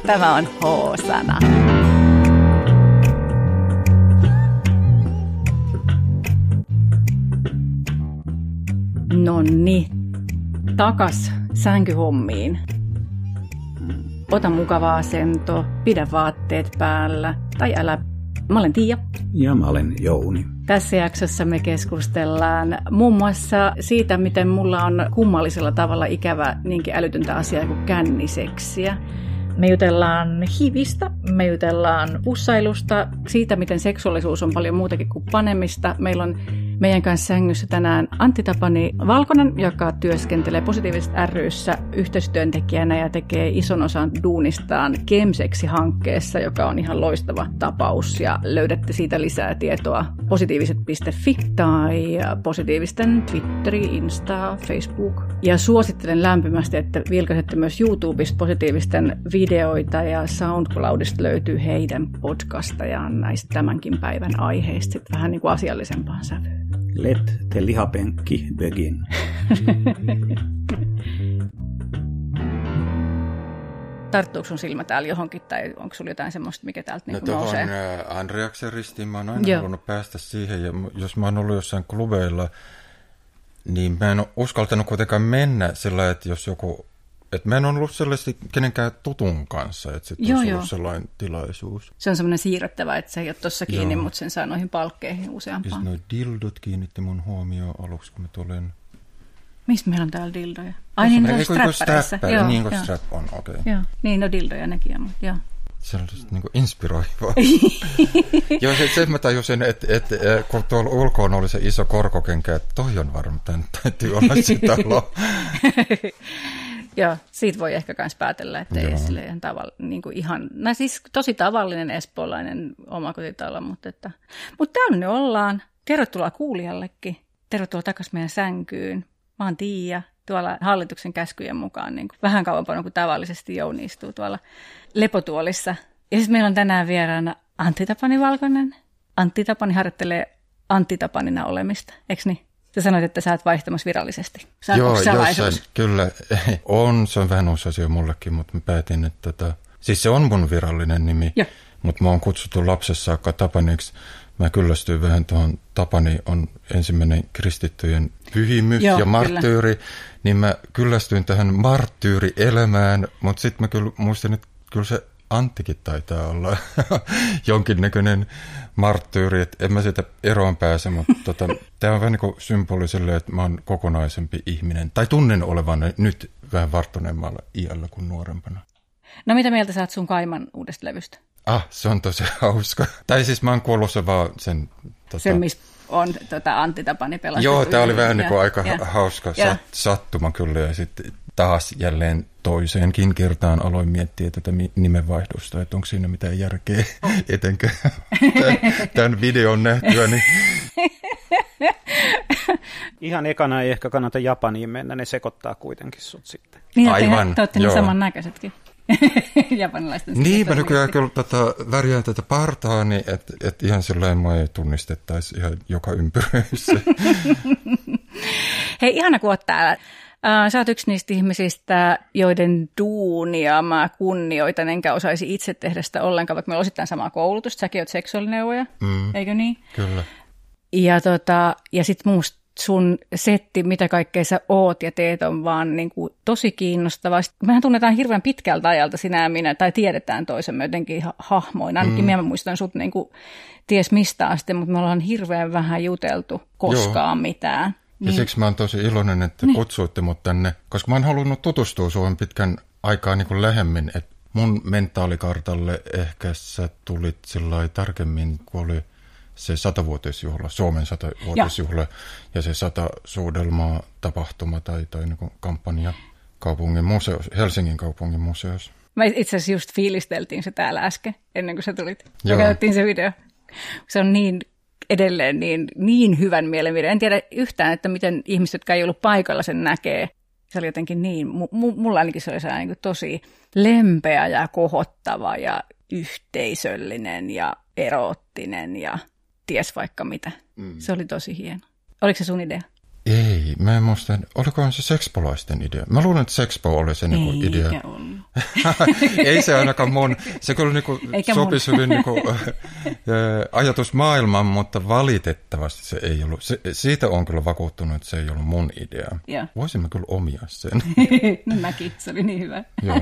Tämä on H-sana. Nonni, takas sänkyhommiin. Ota mukava asento, pidä vaatteet päällä tai älä. Mä olen Tiia. Ja mä olen Jouni. Tässä jaksossa me keskustellaan muun muassa siitä, miten mulla on kummallisella tavalla ikävä niinkin älytöntä asiaa kuin känniseksiä. Me jutellaan HIVistä, me jutellaan pussailusta, siitä miten seksuaalisuus on paljon muutakin kuin panemista. Meillä on meidän kanssa sängyssä tänään Antti Tapani Valkonen, joka työskentelee Positiivisesta ry:ssä yhteistyöntekijänä ja tekee ison osan duunistaan Kemseksi-hankkeessa, joka on ihan loistava tapaus. Ja löydätte siitä lisää tietoa positiiviset.fi tai positiivisten Twitteri, Insta, Facebook. Ja suosittelen lämpimästi, että vilkaisette myös YouTubesta positiivisten videoita ja SoundCloudista löytyy heidän podcastajaan näistä tämänkin päivän aiheista vähän niin kuin asiallisempaan sävyyn. Let the lihapenkki begin. Tarttuuko sun silmä täällä johonkin tai onko sulla jotain semmoista, mikä täältä niin nousee? No tuohon Andreaksen ristiin mä oon aina halunnut päästä siihen ja jos mä oon ollut jossain klubeilla, niin mä en ole uskaltanut kuitenkaan mennä sillä, että jos joku. Että mä en ole ollut sellaisesti kenenkään tutun kanssa, että sitten olisi ollut sellainen tilaisuus. Se on semmoinen siirrettävä, että se ei ole tuossa kiinni, mutta sen saa noihin palkkeihin useampaan. Ja noi dildot kiinnitti mun huomioon aluksi, kun mä tulin. Mistä meillä on täällä dildoja? Ai niin, ne on strappäreissä. Niin kuin strap on, okei. Joo, niin no dildoja nekin on, mutta joo. Se on niin kuin inspiroivaa. Joo, se mä tajusin, että kun tuolla ulkoon oli se iso korkokenkä, että toi on varmaan, tämän täytyy olla se talo. Joo, siitä voi ehkä myös päätellä, että ei silleen niin kuin ihan, siis tosi tavallinen espoolainen omakotitalo, mutta täällä ollaan. Tervetuloa kuulijallekin. Tervetuloa takaisin meidän sänkyyn. Mä oon Tiia, tuolla hallituksen käskyjen mukaan niin kuin vähän kauempana kuin tavallisesti Jouni istuu tuolla lepotuolissa. Ja sitten meillä on tänään vieraana Antti Tapani Valkonen. Antti Tapani harjoittelee Antti Tapanina olemista, eikö niin? Sä sanoit, että sä oot vaihtamassa virallisesti. Joo, jossain, kyllä. Se on vähän uusi asia mullekin, mutta mä päätin, että siis se on mun virallinen nimi, mutta mä oon kutsuttu lapsessa saakka Tapaniksi. Mä kyllästyin vähän tuohon, Tapani on ensimmäinen kristittyjen pyhimys ja marttyyri, niin mä kyllästyin tähän marttyyrielämään, mutta sitten mä kyllä muistin, että kyllä se Anttikin taitaa olla jonkinnäköinen marttyyri, että en mä siitä eroon pääse, mutta tämä on vähän niin kuin symboli sille, että mä oon kokonaisempi ihminen, tai tunnen olevan nyt vähän varttuneemmalla iällä kuin nuorempana. No mitä mieltä sä oot sun Kaiman uudesta levystä? Se on tosi hauska. Tai siis mä oon kuullut se vaan sen. Sen, missä on Antti Tapani pelastettu. Joo, tää oli vähän niin kuin aika hauska sattuma kyllä, ja sitten taas jälleen toiseenkin kertaan aloin miettiä tätä nimenvaihdosta, että onko siinä mitään järkeä, etenkö tämän videon nähtyä. Niin. Ihan ekana ei ehkä kannata Japaniin mennä, ne sekoittaa kuitenkin sut sitten. Niin, aivan. Te olette niin samannäköisetkin. Japanilaisten. Niin, mä nykyään kyllä värjään tätä partaani, että ihan sellainen mua ei tunnistettaisi ihan joka ympyröissä. Hei, ihana kun oot täällä. Sä oot yksi niistä ihmisistä, joiden duunia mä kunnioitan, enkä osaisi itse tehdä sitä ollenkaan, vaikka meillä on osittain samaa koulutusta. Säkin oot seksuaalineuvoja, eikö niin? Kyllä. Ja sit musta sun setti, mitä kaikkea sä oot ja teet, on vaan niin kuin tosi kiinnostavaa. Mehän tunnetaan hirveän pitkältä ajalta sinä ja minä, tai tiedetään toisemme jotenkin hahmoina. Ainakin minä muistan sut niin kuin ties mistä asti, mutta me ollaan hirveän vähän juteltu koskaan mitään. Ja siksi mä oon tosi iloinen, että kutsuitte mut tänne, koska mä oon halunnut tutustua suhun pitkän aikaa niin kuin lähemmin. Et mun mentaalikartalle ehkä sä tulit sillai tarkemmin, kun oli se 100-vuotisjuhla, Suomen 100-vuotisjuhla ja se 100 suudelmaa tapahtuma tai niin kuin kampanja Helsingin kaupungin museossa. Mä itse asiassa just fiilisteltiin se täällä äsken, ennen kuin sä tulit. Ja katsottiin se video. Se on edelleen niin hyvän mielenvide. En tiedä yhtään, että miten ihmiset, jotka ei ollut paikalla, sen näkee. Se oli jotenkin niin, mulla ainakin se oli sellainen niin tosi lempeä ja kohottava ja yhteisöllinen ja eroottinen ja ties vaikka mitä. Se oli tosi hieno. Oliko se sun idea? Ei, mä en muista, olikohan se Sexpolaisten idea? Mä luulen, että Sexpo oli se niinku idea. Eikä ollut. Ei se ainakaan mun, se kyllä niinku sopisi hyvin niinku, ajatusmaailmaan, mutta valitettavasti se ei ollut. Siitä on kyllä vakuuttunut, että se ei ollut mun idea. Ja. Voisin mä kyllä omia sen. No mäkin, se oli niin hyvä. Joo.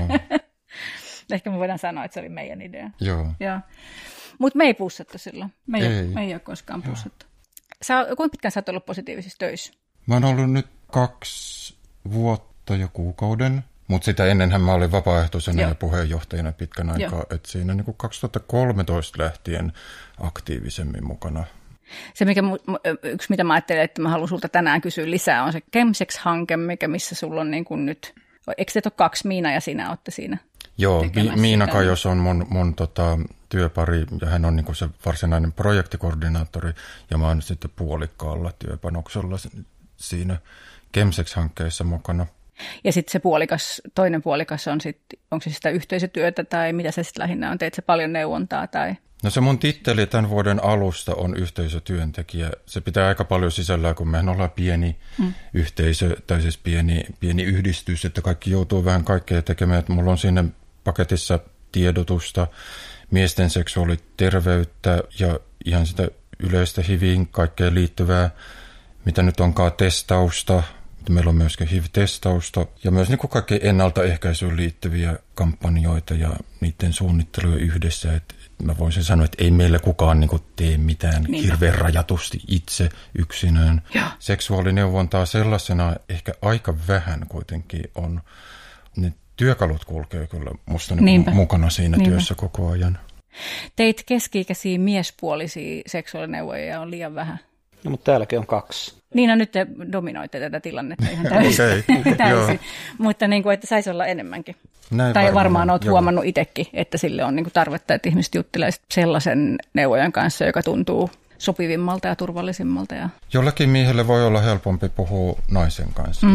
Ehkä me voidaan sanoa, että se oli meidän idea. Joo. Mutta me ei pussattu silloin. Me ei ole koskaan pussattu. Kuinka pitkään sä oot ollut positiivisissa töissä? Mä oon ollut nyt 2 vuotta ja kuukauden, mutta sitä ennenhän mä olin vapaaehtoisena ja puheenjohtajana pitkän aikaa, että siinä niin kuin 2013 lähtien aktiivisemmin mukana. Se, yksi mitä mä ajattelin, että mä haluan sulta tänään kysyä lisää, on se Chemsex-hanke, missä sulla on niin kuin nyt, eikö te ole 2, Miina ja sinä olette siinä? Joo, Miina Kajos on mun työpari ja hän on niin kuin se varsinainen projektikoordinaattori ja mä oon sitten puolikkaalla työpanoksella siinä Chemsex-hankkeessa mukana. Ja sitten se toinen puolikas on sitten, onko se sitä yhteisötyötä tai mitä se sitten lähinnä on? Teet se paljon neuvontaa tai? No se mun titteli tämän vuoden alusta on yhteisötyöntekijä. Se pitää aika paljon sisällään, kun mehän ollaan pieni yhteisö tai siis pieni yhdistys, että kaikki joutuu vähän kaikkea tekemään. Että mulla on siinä paketissa tiedotusta, miesten seksuaaliterveyttä ja ihan sitä yleistä HIViin kaikkeen liittyvää, mitä nyt onkaan testausta. Meillä on myöskin HIV-testausta ja myös niin kuin kaikkea ennaltaehkäisyyn liittyviä kampanjoita ja niiden suunnitteluja yhdessä. Että mä voisin sanoa, että ei meillä kukaan niin kuin tee mitään hirveän rajatusti itse yksinään. Ja. Seksuaalineuvontaa sellaisena ehkä aika vähän kuitenkin on. Ne työkalut kulkee kyllä musta mukana siinä työssä koko ajan. Teit keski-ikäisiä miespuolisia seksuaalineuvojia on liian vähän. No, mutta täälläkin on 2. Niin, no nyt te dominoitte tätä tilannetta ihan täysin. Mutta niin kuin, että saisi olla enemmänkin. Näin tai varmaan olet huomannut itsekin, että sille on niin kuin tarvetta, että ihmiset juttelevat sellaisen neuvojan kanssa, joka tuntuu sopivimmalta ja turvallisimmalta. Ja... Jollakin miehelle voi olla helpompi puhua naisen kanssa.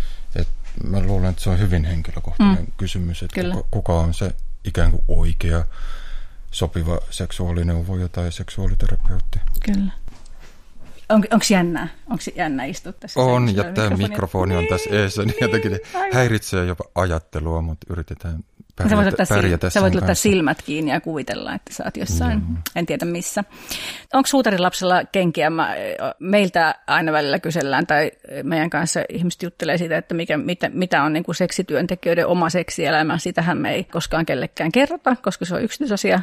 Mä luulen, että se on hyvin henkilökohtainen kysymys, että kuka on se ikään kuin oikea sopiva seksuaalineuvoja tai seksuaaliterapeutti. Kyllä. Onko jännää? Onko jännää istua tässä? On, ja tämä mikrofoni on tässä eessä, niin jotenkin häiritsee jopa ajattelua, mutta yritetään pärjätä Sä voit ottaa silmät kiinni ja kuvitella, että sä oot jossain, en tiedä missä. Onko suutarilapsella kenkiä? Meiltä aina välillä kysellään, tai meidän kanssa ihmiset juttelee siitä, että mitä on niin kuin seksityöntekijöiden oma seksielämä. Sitähän me ei koskaan kellekään kerrota, koska se on yksityisasia,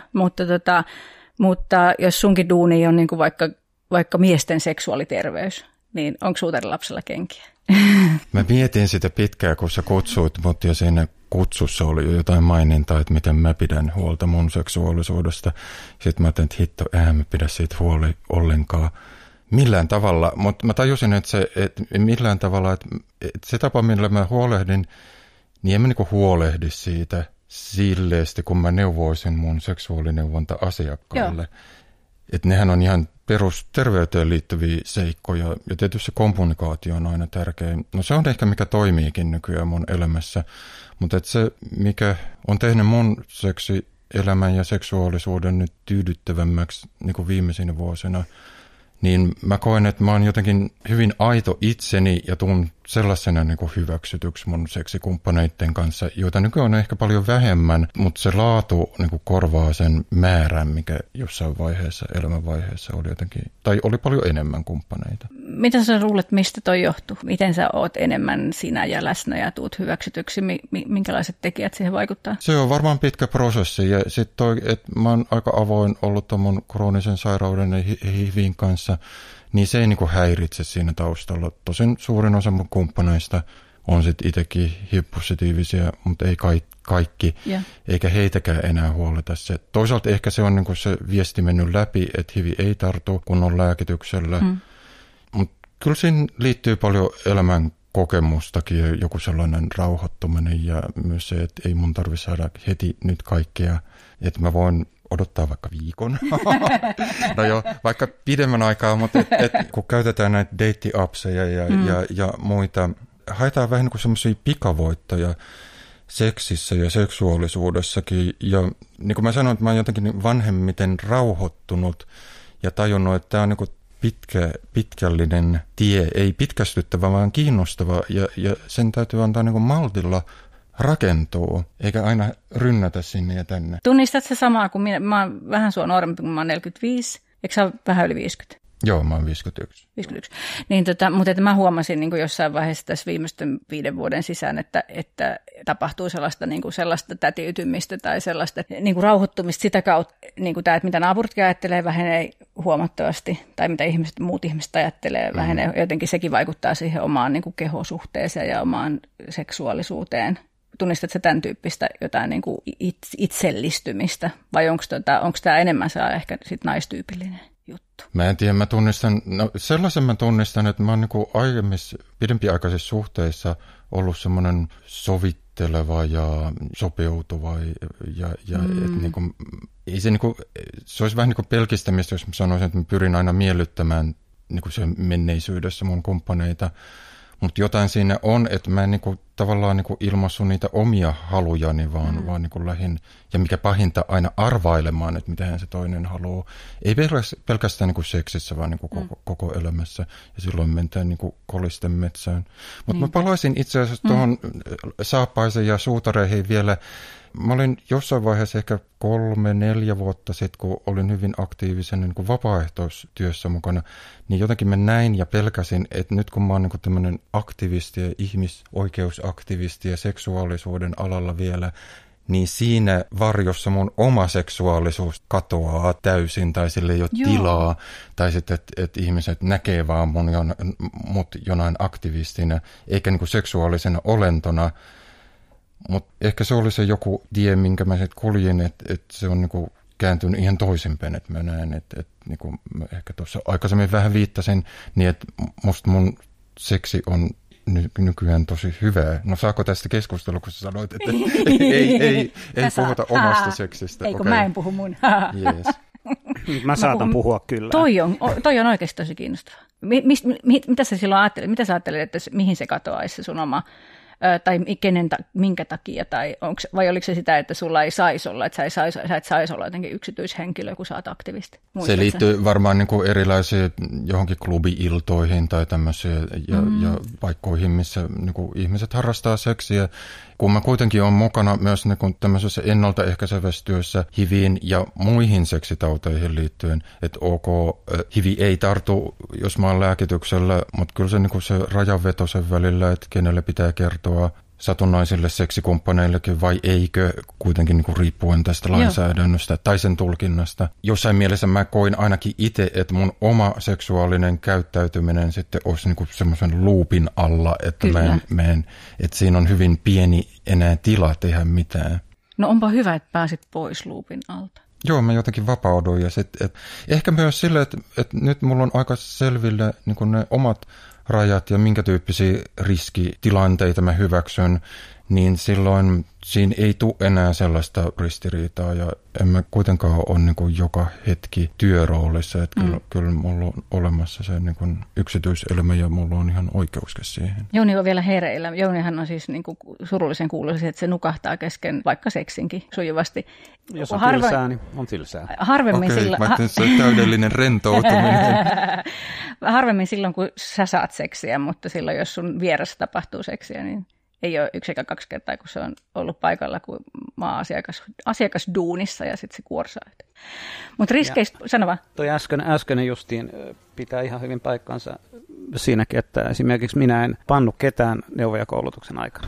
mutta jos sunkin duuni on niin kuin vaikka miesten seksuaaliterveys, niin onko suutarilapsella kenkiä? Mä mietin sitä pitkään, kun sä kutsuit, mutta jo siinä kutsussa oli jo jotain mainintaa, että miten mä pidän huolta mun seksuaalisuudesta. Sitten mä ajattelin, että hitto, mä pidä siitä huoli ollenkaan millään tavalla. Mutta mä tajusin, että millään tavalla, että se tapa, millä mä huolehdin, niin en mä niinku huolehdi siitä silleesti, kun mä neuvoisin mun seksuaalineuvonta-asiakkaille. Että nehän on ihan perusterveyteen liittyviä seikkoja ja tietysti kommunikaatio on aina tärkein. No se on ehkä mikä toimiikin nykyään mun elämässä, mutta että se mikä on tehnyt mun seksielämän ja seksuaalisuuden nyt tyydyttävämmäksi niin kuin viimeisinä vuosina, niin mä koen, että mä oon jotenkin hyvin aito itseni ja tuun sellaisena niin kuin hyväksytyksi mun seksikumppaneiden kanssa, joita nykyään on ehkä paljon vähemmän, mutta se laatu niin kuin korvaa sen määrän, mikä jossain vaiheessa, elämänvaiheessa oli jotenkin, tai oli paljon enemmän kumppaneita. Mitä sä luulet, mistä toi johtuu? Miten sä oot enemmän sinä ja läsnä ja tuut hyväksytyksi? Minkälaiset tekijät siihen vaikuttaa? Se on varmaan pitkä prosessi ja sitten toi, että mä oon aika avoin ollut ton mun kroonisen sairauden ja HIVin kanssa, niin se ei niinku häiritse siinä taustalla. Tosin suurin osa mun kumppaneista on sitten itsekin HIV-positiivisia, mutta ei kaikki, eikä heitäkään enää huoleta se. Toisaalta ehkä se on niinku se viesti mennyt läpi, että HIV ei tartu kunnon lääkityksellä, mutta kyllä siinä liittyy paljon elämän kokemustakin ja joku sellainen rauhoittuminen ja myös se, että ei mun tarvitse saada heti nyt kaikkea, että mä voin odottaa vaikka viikon. No joo, vaikka pidemmän aikaa, mutta kun käytetään näitä date-appseja ja muita, haetaan vähän niin kuin semmoisia pikavoittoja seksissä ja seksuaalisuudessakin. Ja niin kuin mä sanoin, että mä oon jotenkin vanhemmiten rauhoittunut ja tajunnut, että tämä on niin kuin pitkällinen tie, ei pitkästyttävä, vaan kiinnostava ja sen täytyy antaa niin kuin maltilla rakentuu, eikä aina rynnätä sinne ja tänne. Tunnistat sä samaa kuin minä? Mä oon vähän sua nuorempi, kun mä oon 45. Eikö sä ole vähän yli 50? Joo, mä oon 51. Niin, mutta että mä huomasin niin kuin jossain vaiheessa tässä viimeisten 5 vuoden sisään, että tapahtuu sellaista tätiytymistä tai sellaista niin kuin rauhoittumista sitä kautta, niin kuin tämä, että mitä naapuritkin ajattelee, vähenee huomattavasti, tai mitä muut ihmiset ajattelee, vähenee. Jotenkin sekin vaikuttaa siihen omaan niin kuin kehosuhteeseen ja omaan seksuaalisuuteen. Tunnistatko tämän tyyppistä jotain niin kuin itsellistymistä, vai onko tämä enemmän saa ehkä sit naistyypillinen juttu? Mä en tiedä, sellaisen mä tunnistan, että mä oon niin aiemmissa pidempiaikaisissa suhteissa ollut semmoinen sovitteleva ja sopeutuva että niin kuin, ei se, niin kuin, se olisi vähän niin kuin pelkistämistä, jos mä sanoisin, että mä pyrin aina miellyttämään niin kuin sen menneisyydessä mun kumppaneita. Mutta jotain siinä on, että mä en niinku, tavallaan niinku ilmaissut niitä omia halujani, vaan niinku lähdin, ja mikä pahinta, aina arvailemaan, että mitähän se toinen haluaa. Ei pelkästään niinku seksissä, vaan niinku koko elämässä. Ja silloin mentään niinku kolisten metsään. Mutta mä palaisin itse asiassa tuohon saappaisiin ja suutareihin vielä. Mä olin jossain vaiheessa ehkä 3-4 vuotta sitten, kun olin hyvin aktiivisen niin kuin vapaaehtoistyössä mukana, niin jotenkin mä näin ja pelkäsin, että nyt kun mä oon niin tämmöinen aktivisti ja ihmisoikeusaktivisti ja seksuaalisuuden alalla vielä, niin siinä varjossa mun oma seksuaalisuus katoaa täysin tai sille ei ole tilaa. Tai sitten, että ihmiset näkee vaan mut jonain aktivistina, eikä niin kuin seksuaalisena olentona. Mutta ehkä se oli se joku tie, minkä mä sitten kuljin, että se on niinku kääntynyt ihan toisinpäin, että mä näen, että niinku mä ehkä tuossa aikaisemmin vähän viittasin, niin että musta mun seksi on nykyään tosi hyvää. No saako tästä keskustelua, kun sä sanoit, että ei puhuta omasta seksistä? Eikö mä en puhu mun? Yes. Mä saatan puhua kyllä. Toi on oikeasti tosi kiinnostavaa. Mitä sä silloin ajattelet? Mitä sä ajattelet, että mihin se katoaisi se sun oma... tai minkä takia, vai oliko se sitä, että sulla ei saisi olla, että sä et saisi olla jotenkin yksityishenkilö, kun sä oot aktivisti? Se liittyy varmaan niin kuin erilaisiin johonkin klubi-iltoihin tai tämmöisiä ja paikkoihin, missä niin kuin ihmiset harrastaa seksiä. Kun mä kuitenkin olen mukana myös niin kuin tämmöisessä ennaltaehkäisevässä työssä HIViin ja muihin seksitauteihin liittyen, että HIVi ei tartu, jos mä oon lääkityksellä, mutta kyllä se, niin kuin se rajanveto sen välillä, että kenelle pitää kertoa satunnaisille seksikumppaneillekin vai eikö, kuitenkin niin kuin riippuen tästä lainsäädännöstä tai sen tulkinnasta. Jossain mielessä mä koin ainakin itse, että mun oma seksuaalinen käyttäytyminen sitten olisi niin kuin semmoisen loopin alla, että että siinä on hyvin pieni enää tila tehdä mitään. No onpa hyvä, että pääsit pois loopin alta. Joo, mä jotenkin vapauduin ja ehkä myös sille, että nyt mulla on aika selville niin kuin ne omat rajat ja minkä tyyppisiä riskitilanteita mä hyväksyn, niin silloin siinä ei tule enää sellaista ristiriitaa ja en mä kuitenkaan ole niin kuin joka hetki työroolissa, että kyllä mulla on olemassa se niin kuin yksityiselämä ja mulla on ihan oikeuskin siihen. Jouni on vielä hereillä. Jounihan on siis niin kuin surullisen kuuluisa, että se nukahtaa kesken vaikka seksinkin sujuvasti. Jos on tylsää, niin on tylsää. Harvemmin silloin... se on täydellinen rentoutuminen. Harvemmin silloin, kun sä saat seksiä, mutta silloin, jos sun vieressä tapahtuu seksiä, niin ei ole 1 eikä 2 kertaa, kun se on ollut paikalla, kun mä oon asiakasduunissa ja sitten se kuorsaa. Mutta riskeistä, sano vaan. Toi äskeinen justiin pitää ihan hyvin paikkansa siinäkin, että esimerkiksi minä en pannu ketään neuvojakoulutuksen aikana.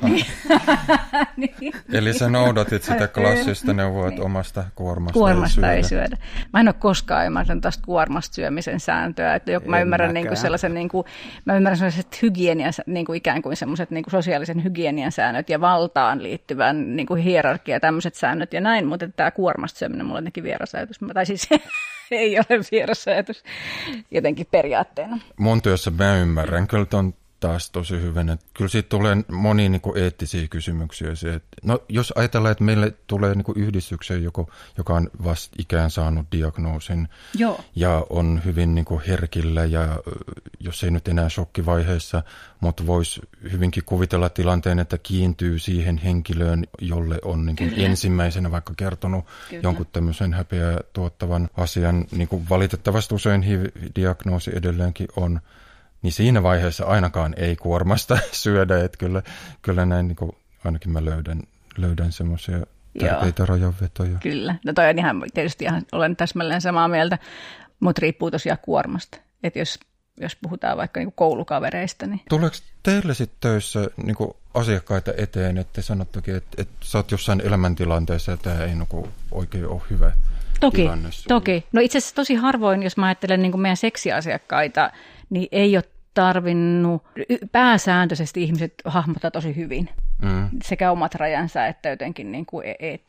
Niin. Eli sä noudatit sitä klassista neuvoa, että omasta kuormasta ei syödä. Mä en ole koskaan ymmärtänyt tästä kuormasta syömisen sääntöä. Että mä ymmärrän niin kuin sellaisen, niin kuin, sellaiset hygienian, niin kuin ikään kuin semmoiset niin kuin sosiaalisen hygienian säännöt ja valtaan liittyvän niin kuin hierarkia ja tämmöiset säännöt ja näin, mutta tämä kuormasta syöminen mulla on jotenkin vieras ajatus. Tai siis ei ole vieras ajatus jotenkin periaatteena. Mun työssä mä ymmärrän kyllä ton taas tosi hyvin, että kyllä siitä tulee monia niin kuin eettisiä kysymyksiä. No, jos ajatellaan, että meille tulee niin kuin yhdistykseen joku, joka on vasta ikään saanut diagnoosin ja on hyvin niin kuin herkillä jos ei nyt enää shokkivaiheessa, mutta voisi hyvinkin kuvitella tilanteen, että kiintyy siihen henkilöön, jolle on niin kuin ensimmäisenä vaikka kertonut jonkun tämmöisen häpeää tuottavan asian, niin kuin valitettavasti usein HIV-diagnoosi edelleenkin on, niin siinä vaiheessa ainakaan ei kuormasta syödä, että kyllä näin niin kuin ainakin mä löydän semmoisia tärkeitä rajanvetoja. Kyllä, no toi on tietysti olen täsmälleen samaa mieltä, mutta riippuu tosiaan kuormasta. Että jos puhutaan vaikka niinku koulukavereista. Niin. Tuleeko teille sitten töissä niinku asiakkaita eteen, että sanottukin, että sä oot jossain elämäntilanteessa ja tämä ei niinku oikein ole hyvä tilanne? Toki. No itse asiassa tosi harvoin, jos mä ajattelen niinku meidän seksiasiakkaita, niin ei ole tarvinnut, pääsääntöisesti ihmiset hahmottaa tosi hyvin sekä omat rajansa että jotenkin niinku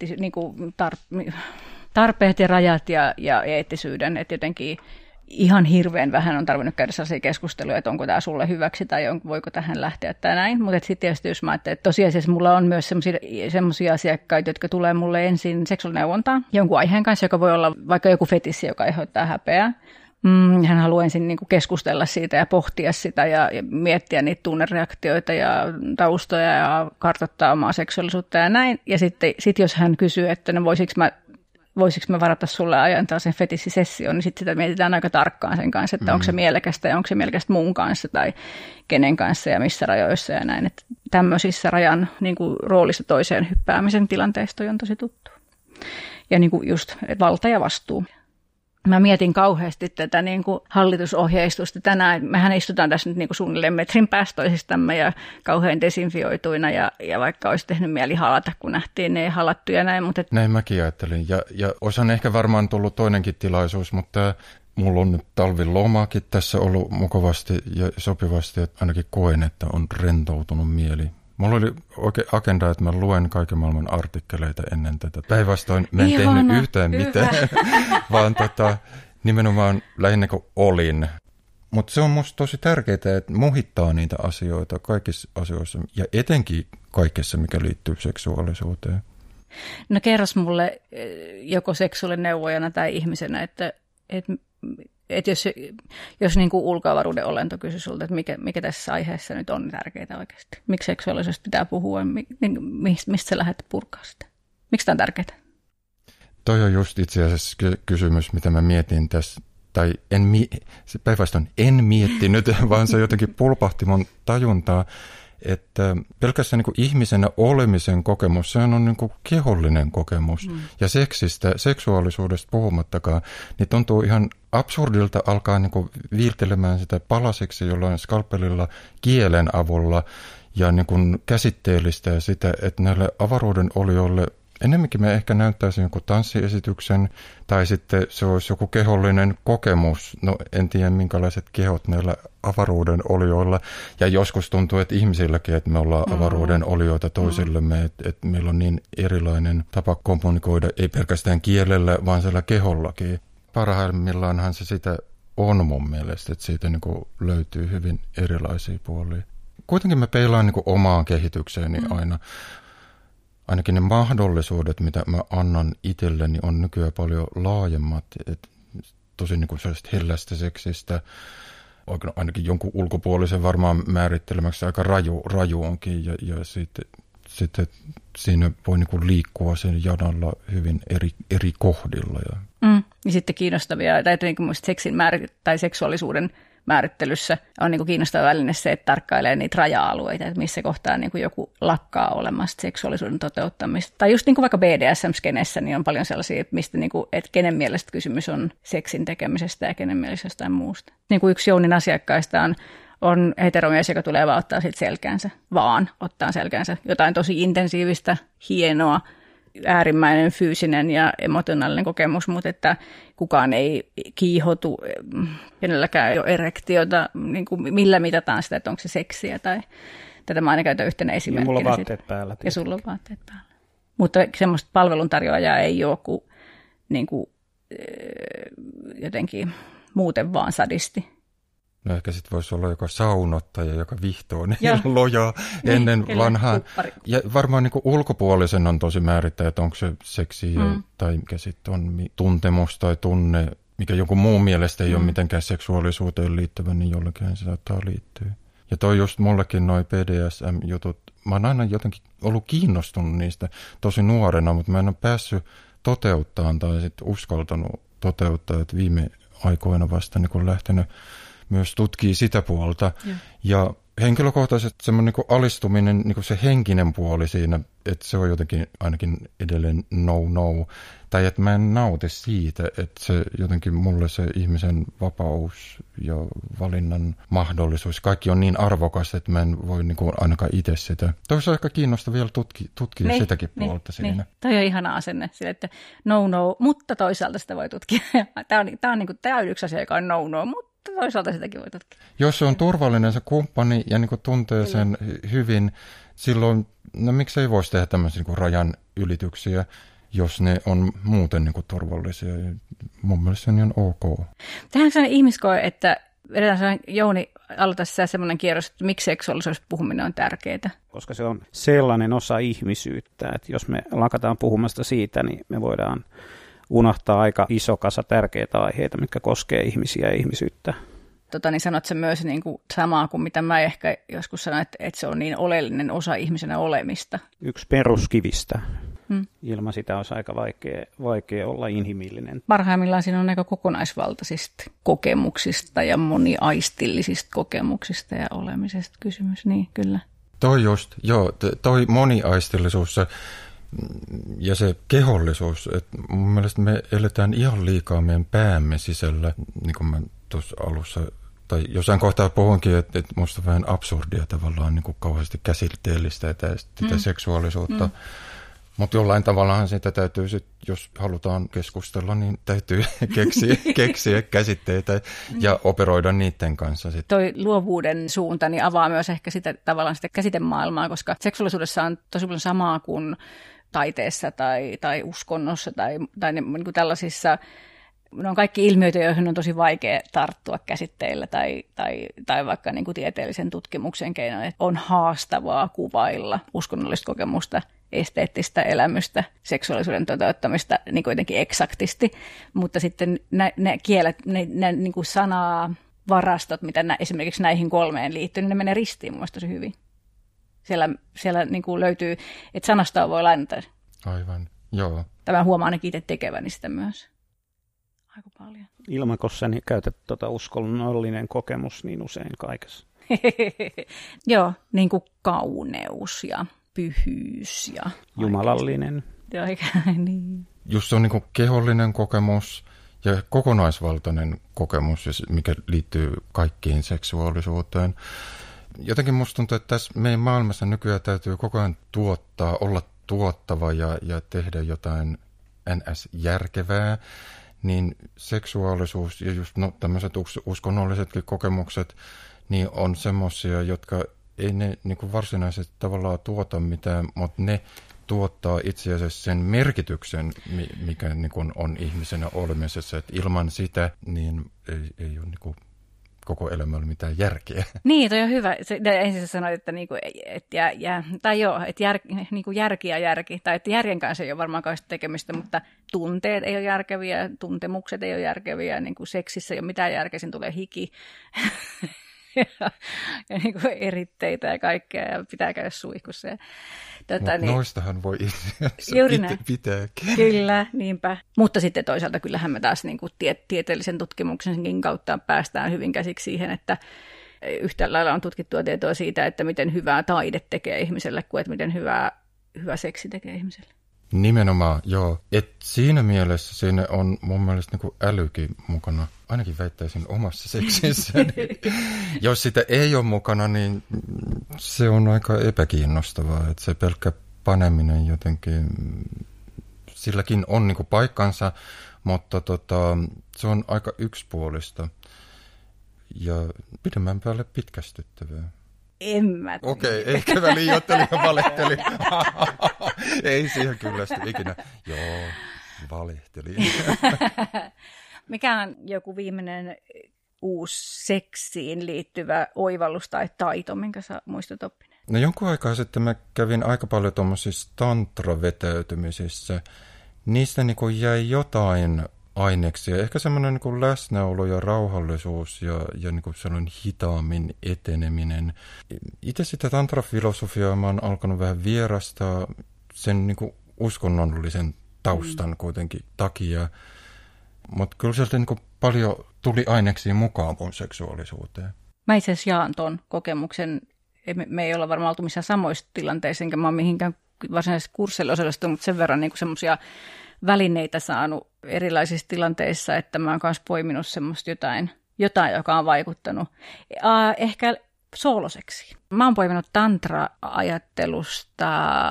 tarpeet ja rajat ja eettisyyden, että jotenkin ihan hirveän vähän on tarvinnut käydä sellaisia keskusteluja, että onko tämä sulle hyväksi tai voiko tähän lähteä tai näin. Mutta sitten tietysti jos mä ajattelen, että tosiasiassa mulla on myös sellaisia asiakkaita, jotka tulee mulle ensin seksuaalineuvontaan jonkun aiheen kanssa, joka voi olla vaikka joku fetissi, joka aiheuttaa häpeää. Hän haluaa ensin niin kuin keskustella siitä ja pohtia sitä ja miettiä niitä tunnereaktioita ja taustoja ja kartoittaa omaa seksuaalisuutta ja näin. Ja sitten jos hän kysyy, että no voisiko mä varata sulle ajan tällaisen fetissisessioon, niin sitten sitä mietitään aika tarkkaan sen kanssa, että onko se mielekästä ja onko se mielekästä mun kanssa tai kenen kanssa ja missä rajoissa ja näin. Että tämmöisissä rajan niin kuin roolista toiseen hyppäämisen tilanteista on tosi tuttu. Ja niin kuin just valta ja vastuu. Mä mietin kauheasti tätä niin kuin hallitusohjeistusta tänään. Mehän istutaan tässä nyt niin kuin suunnilleen metrin päästä toisistamme ja kauhean desinfioituina ja vaikka olisi tehnyt mieli halata, kun nähtiin ne halattuja näin. Mutta näin mäkin ajattelin ja osan ehkä varmaan tullut toinenkin tilaisuus, mutta mulla on nyt talvilomaakin tässä ollut mukavasti ja sopivasti, että ainakin koen, että on rentoutunut mieli. Mulla oli oikein agenda, että mä luen kaiken maailman artikkeleita ennen tätä. Päinvastoin mä en tehnyt yhtään mitään, vaan nimenomaan lähinnä kuin olin. Mutta se on musta tosi tärkeää, että muhittaa niitä asioita kaikissa asioissa ja etenkin kaikessa, mikä liittyy seksuaalisuuteen. No kerros mulle joko seksuaalineuvojana tai ihmisenä, että jos niin kuin ulkoavaruuden olento kysyy sulta, että mikä tässä aiheessa nyt on tärkeää oikeasti? Miksi seksuaalisuudesta pitää puhua? Mistä sä lähdet purkaa sitä? Miksi tämä on tärkeää? Toi on just itse asiassa kysymys, mitä mä mietin tässä. Tai päinvastoin en miettinyt, vaan se jotenkin pulpahti mun tajuntaa, että pelkästään niin kuin ihmisenä olemisen kokemus, se on niin kuin kehollinen kokemus. Ja seksuaalisuudesta puhumattakaan, niin tuntuu ihan absurdilta alkaa niin kuin viiltelemään sitä palasiksi jollain skalpelilla kielen avulla ja niin kuin käsitteellistää sitä, että näille avaruuden olioille enemmänkin me ehkä näyttäisi joku tanssiesityksen tai sitten se olisi joku kehollinen kokemus. No en tiedä minkälaiset kehot näillä avaruuden olioilla. Ja joskus tuntuu, että ihmisilläkin, että me ollaan avaruuden olioita toisillemme, että meillä on niin erilainen tapa kommunikoida, ei pelkästään kielellä, vaan siellä kehollakin. Parhaimmillaanhan se sitä on mun mielestä, että siitä niin kuin löytyy hyvin erilaisia puolia. Kuitenkin mä peilaan niin kuin omaan kehitykseeni aina. Ainakin ne mahdollisuudet, mitä mä annan itselleni, on nykyään paljon laajemmat. Tosi niin kuin sellaista hellästä seksistä, ainakin jonkun ulkopuolisen varmaan määrittelemäksi aika raju onkin. Ja sitten siinä voi niin kuin liikkua sen janalla hyvin eri kohdilla. Ja sitten kiinnostavia, tai niin kuin seksin tai seksuaalisuuden määrittelyssä on niin kuin kiinnostava väline se, että tarkkailee niitä raja-alueita, että missä kohtaa niin kuin joku lakkaa olemasta seksuaalisuuden toteuttamista. Tai just niin kuin vaikka BDSM-skenessä, niin on paljon sellaisia, mistä niin kuin, että kenen mielestä kysymys on seksin tekemisestä ja kenen mielestä jostain muusta. Niin kuin yksi Jounin asiakkaista on heteromies, joka tulee vaan ottaa selkäänsä jotain tosi intensiivistä, hienoa, äärimmäinen fyysinen ja emotionaalinen kokemus, mutta että kukaan ei kiihotu, kenelläkään ei ole erektiota, niin kuin millä mitataan sitä, että onko se seksiä tai tätä mä aina käytän yhtenä esimerkkinä. Ja mulla on vaatteet päällä. Ja sulla on vaatteet päällä. Mutta semmoista palveluntarjoajaa ei ole kuin, niin kuin jotenkin muuten vaan sadisti. No ehkä sitten voisi olla joka saunottaja, joka vihtoo niin lojaa ennen vanhaan. Ja varmaan niin kuin ulkopuolisen on tosi määrittää, että onko se seksiä tai mikä sitten on tuntemus tai tunne mikä joku muu mielestä ei ole mitenkään seksuaalisuuteen liittyvä, niin jollakin se saattaa liittyä. Ja toi just mullekin noi BDSM-jutut, mä oon aina jotenkin ollut kiinnostunut niistä tosi nuorena, mutta mä en ole päässyt toteuttamaan tai sitten uskaltanut toteuttaa, että viime aikoina vasta niin kun lähtenyt myös tutkii sitä puolta. Ja henkilökohtaisesti semmoinen niin alistuminen, niin se henkinen puoli siinä, että se on jotenkin ainakin edelleen no. Tai että mä en nauti siitä, että se jotenkin mulle se ihmisen vapaus ja valinnan mahdollisuus, kaikki on niin arvokas, että mä en voi niin kuin ainakaan itse sitä. Toisaalta on aika kiinnostavaa vielä tutkia sitäkin puolta siinä. Niin. Toi on ihana asenne, sille, että no, mutta toisaalta sitä voi tutkia. Tämä on yksi asia, joka on no, mutta toisaalta sitäkin voi tutkia. Jos se on turvallinen se kumppani ja niin kuin tuntee sen hyvin, silloin, no miksei voisi tehdä tämmöisiä niin kuin rajan ylityksiä, jos ne on muuten niin kuin turvallisia. Mun mielestä se on ihan ok. Tehdäänkö sellainen ihmiskoe, että vedetään sellainen, Jouni, aloita sä semmoinen kierros, että miksi seksuaalisuudesta puhuminen on tärkeää? Koska se on sellainen osa ihmisyyttä, että jos me lakataan puhumasta siitä, niin me voidaan unohtaa aika iso kasa tärkeitä aiheita, mitkä koskee ihmisiä ja ihmisyyttä. Niin sanot sä myös niin kuin samaa kuin mitä mä ehkä joskus sanoin, että se on niin oleellinen osa ihmisenä olemista. Yksi peruskivistä. Ilman sitä olisi aika vaikea olla inhimillinen. Parhaimmillaan siinä on aika kokonaisvaltaisista kokemuksista ja moniaistillisista kokemuksista ja olemisesta kysymys, niin kyllä. Toi moniaistillisuus ja se kehollisuus, että mun mielestä me eletään ihan liikaa meidän päämme sisällä, niin kuin mä tuossa alussa, tai jossain kohtaa puhunkin, että musta on vähän absurdia tavallaan niin kuin kauheasti käsitteellistä tätä seksuaalisuutta. Mutta jollain tavallahan sitä täytyy sitten, jos halutaan keskustella, niin täytyy keksiä käsitteitä ja operoida niiden kanssa. Toi luovuuden suunta niin avaa myös ehkä sitä, tavallaan sitä käsitemaailmaa, koska seksuaalisuudessa on tosi paljon samaa kuin taiteessa tai uskonnossa tai niin kuin tällaisissa. Ne on kaikki ilmiöitä, joihin on tosi vaikea tarttua käsitteillä tai vaikka niin kuin tieteellisen tutkimuksen keinoin. On haastavaa kuvailla uskonnollista kokemusta, esteettistä elämystä, seksuaalisuuden toteuttamista niin kuin jotenkin eksaktisti, mutta sitten ne kielet, ne niin kuin sanavarastot, mitä esimerkiksi näihin 3 liittyy, niin ne menee ristiin mun mielestä tosi hyvin. Siellä niin kuin löytyy, että sanastoa voi lainata. Aivan, joo. Tämä huomaa ainakin itse tekeväni sitä myös. Aika paljon. Ilmakossani käytät uskonnollinen kokemus niin usein kaikessa. Joo, niin kuin kauneus ja pyhyys ja jumalallinen. Niin. Just se on niin kuin kehollinen kokemus ja kokonaisvaltainen kokemus, mikä liittyy kaikkiin seksuaalisuuteen. Jotenkin musta tuntuu, että tässä meidän maailmassa nykyään täytyy koko ajan olla tuottava ja tehdä jotain NS-järkevää. Niin seksuaalisuus ja just tämmöiset uskonnollisetkin kokemukset niin on semmoisia, jotka ei ne niin kuin varsinaisesti tavallaan tuota mitään, mutta ne tuottaa itse asiassa sen merkityksen, mikä niin kuin on ihmisenä olemisessa. Et ilman sitä niin ei ole niin kuin koko elämällä mitään järkeä. Niin, toi on hyvä. Ensin sä sanoit, että, niinku, niinku järki ja järki, tai että järjen kanssa ei ole varmaan kauheasti tekemistä, mutta tunteet ei ole järkeviä, tuntemukset ei ole järkeviä, niin kuin seksissä ei ole mitään järkeä, siinä tulee hiki ja niin kuin eritteitä ja kaikkea, ja pitää käydä suihkussa. Noistahan voi itse pitääkin. Kyllä, niinpä. Mutta sitten toisaalta kyllähän me taas niin kuin tieteellisen tutkimuksenkin kautta päästään hyvin käsiksi siihen, että yhtä lailla on tutkittua tietoa siitä, että miten hyvää taide tekee ihmiselle, kuin että miten hyvä seksi tekee ihmiselle. Nimenomaan, joo. Et siinä mielessä siinä on mun mielestä niin kuin älykin mukana. Ainakin väittäisin omassa seksissä. Jos sitä ei ole mukana, niin se on aika epäkiinnostavaa. Että se pelkkä paneminen jotenkin, silläkin on niin kuin paikkansa, mutta se on aika yksipuolista ja pidemmän päälle pitkästyttävää. En mä tiedä. Okei, ehkä mä liioittelin ja valehtelin. Ei siihen kyllästy ikinä. Joo, valehtelin. Mikä on joku viimeinen uusi seksiin liittyvä oivallus tai taito, minkä sä muistat oppineen? No jonkun aikaa sitten mä kävin aika paljon tuommoisissa tantravetäytymisissä. Niistä niin kuin jäi jotain aineksia. Ehkä semmoinen niin kuin läsnäolo ja rauhallisuus ja niin kuin sellainen hitaammin eteneminen. Itse sitä tantrafilosofiaa mä oon alkanut vähän vierastaa sen niin kuin uskonnollisen taustan kuitenkin takia. Mutta kyllä sieltä niin kuin paljon tuli aineksia mukaan mun seksuaalisuuteen. Mä itse asiassa jaan ton kokemuksen. Me ei olla varmaan oltu missään samoissa tilanteissa, enkä mä oon mihinkään varsinaisesti kursseille osallistunut, mutta sen verran niin semmoisia välineitä saanut erilaisissa tilanteissa, että mä oon myös poiminut semmoista jotain, joka on vaikuttanut. Ehkä sooloseksi. Mä oon poiminut tantra-ajattelusta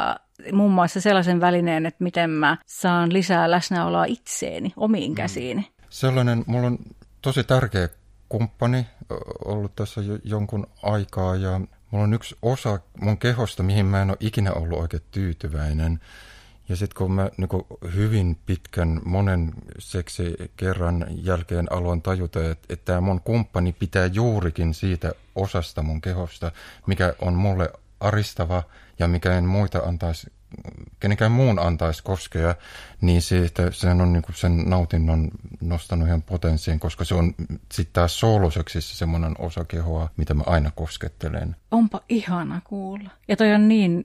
muun muassa sellaisen välineen, että miten mä saan lisää läsnäoloa itseeni, omiin käsiini. Sellainen, mulla on tosi tärkeä kumppani ollut tässä jo jonkun aikaa ja mulla on yksi osa mun kehosta, mihin mä en ole ikinä ollut oikein tyytyväinen. Ja sitten kun mä niin kun hyvin pitkän monen seksikerran jälkeen aloin tajuta, että tämä mun kumppani pitää juurikin siitä osasta mun kehosta, mikä on mulle aristava ja mikä en muita antaisi, kenenkään muun antaisi koskea, niin sehän on niin kuin sen nautinnon nostanut ihan potenssiin, koska se on sitten taas sooloseksissä semmoinen osa kehoa, mitä mä aina koskettelen. Onpa ihana kuulla. Ja toi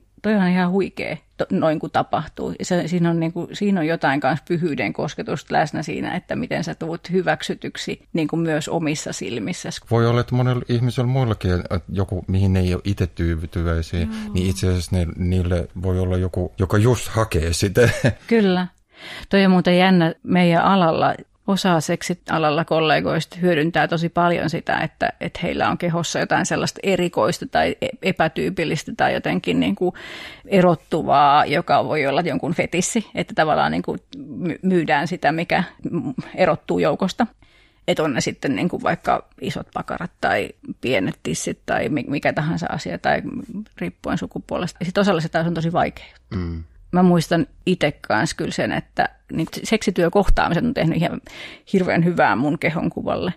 on ihan huikea, noin kuin tapahtuu. Siinä on jotain kanssa pyhyyden kosketusta läsnä siinä, että miten sä tulet hyväksytyksi niin kuin myös omissa silmissäsi. Voi olla, että monella ihmisellä muillakin, että joku, mihin ne ei ole itse tyytyväisiä, niin itse asiassa niille voi olla joku, joka just hakee sitä. Kyllä. Toi on muuten jännä meidän alalla. Osa seksialalla kollegoista hyödyntää tosi paljon sitä, että heillä on kehossa jotain sellaista erikoista tai epätyypillistä tai jotenkin niin kuin erottuvaa, joka voi olla jonkun fetissi, että tavallaan niin kuin myydään sitä, mikä erottuu joukosta. Että on ne sitten niin kuin vaikka isot pakarat tai pienet tissit tai mikä tahansa asia tai riippuen sukupuolesta. Ja sitten osalle se taas on tosi vaikea juttu. Mä muistan itse kanssa kyllä sen, että niin seksityökohtaamiset on tehnyt ihan hirveän hyvää mun kehon kuvalle.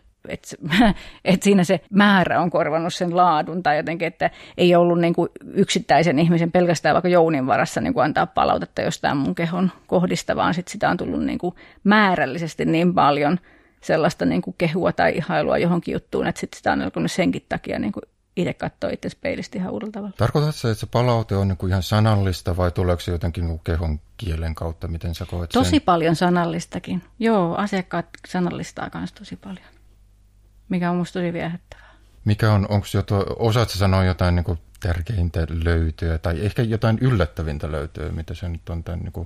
Että siinä se määrä on korvannut sen laadun tai jotenkin, että ei ollut niin kuin yksittäisen ihmisen pelkästään vaikka jounin varassa niin kuin antaa palautetta jostain mun kehon kohdista, vaan sit sitä on tullut niin kuin määrällisesti niin paljon sellaista niin kuin kehua tai ihailua johonkin juttuun, että sit sitä on alkanut senkin takia niin kuin itse katsoo itse peilistä ihan uudella tavalla. Tarkoitatko se, että se palaute on niin ihan sanallista vai tuleeko se jotenkin niin kehon kielen kautta? Miten sä koet sen? Tosi paljon sanallistakin. Joo, asiakkaat sanallistaa myös tosi paljon, mikä on musta tosi viehättävää. Mikä on, osaatko sanoa jotain niin kuin tärkeintä löytöä tai ehkä jotain yllättävintä löytöä, mitä se nyt on tämän niin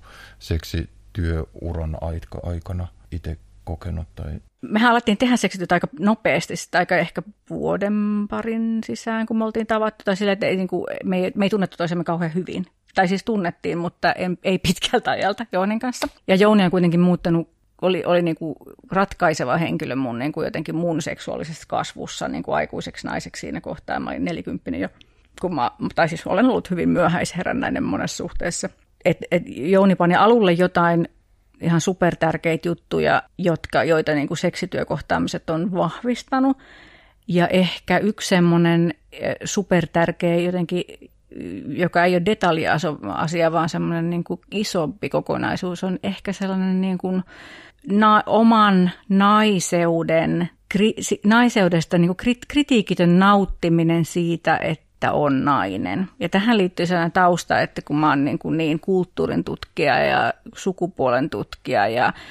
seksityöuran aikana itse kokenut? Tai... Mehän alettiin tehdä seksityötä aika nopeasti, aika ehkä vuoden parin sisään, kun me oltiin tavattu. Tai sillä, että me ei tunnettu toisemme kauhean hyvin. Tai siis tunnettiin, mutta ei pitkältä ajalta Jounin kanssa. Ja Jouni on kuitenkin muuttanut, oli niin kuin ratkaiseva henkilö mun niin kuin jotenkin mun seksuaalisessa kasvussa niin kuin aikuiseksi naiseksi siinä kohtaa. Mä olin 40 jo, tai siis olen ollut hyvin myöhäisherännäinen monessa suhteessa. Jouni pani alulle jotain ihan supertärkeitä juttuja, joita niin kuin seksityökohtaamiset on vahvistanut. Ja ehkä yksi semmoinen supertärkeä jotenkin, joka ei ole detaljiasia, vaan semmoinen niin kuin isompi kokonaisuus, on ehkä sellainen niin kuin oman naiseudesta niin kuin kritiikitön nauttiminen siitä, että on nainen. Ja tähän liittyy sellainen tausta, että kun mä oon niin kulttuurin tutkija ja sukupuolen tutkija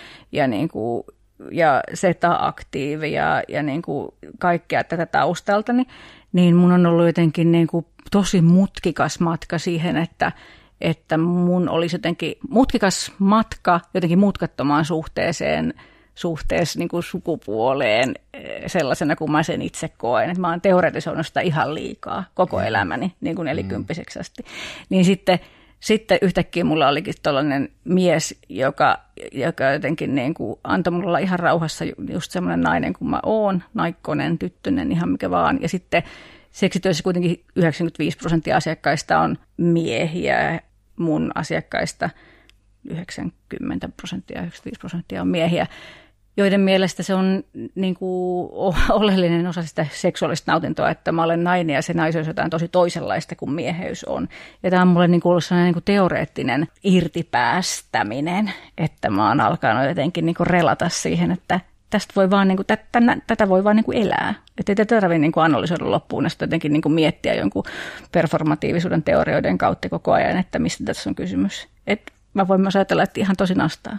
ja seta-aktiivi ja niin kuin kaikkea tätä taustalta, niin mun on ollut jotenkin niin kuin tosi mutkikas matka siihen, että mun olisi jotenkin mutkikas matka jotenkin mutkattomaan suhteessa niin kuin sukupuoleen sellaisena kuin mä sen itse koen. Että mä oon teoretisoinut sitä ihan liikaa koko elämäni, niin kuin 40 asti. Niin sitten yhtäkkiä mulla olikin tollainen mies, joka jotenkin niin kuin antoi mulla olla ihan rauhassa just semmoinen nainen kuin mä oon, naikkonen, tyttönen, ihan mikä vaan. Ja sitten seksityössä kuitenkin 95% asiakkaista on miehiä, mun asiakkaista 90%, 95% on miehiä. joiden mielestä se on niin kuin oleellinen osa sitä seksuaalista nautintoa, että mä olen nainen ja se naisuus on jotain tosi toisenlaista kuin mieheys on. Ja tämä on mulle niin kuin ollut sellainen niin kuin teoreettinen irtipäästäminen, että mä oon alkanut jotenkin niin kuin relata siihen, että tästä voi vaan, niin kuin, tätä voi vaan niin kuin elää. Että ei tätä tarvitse niin kuin analysoida loppuun ja sitten jotenkin niin kuin miettiä jonkun performatiivisuuden teorioiden kautta koko ajan, että mistä tässä on kysymys. Että mä voin myös ajatella, että ihan tosi nastaa.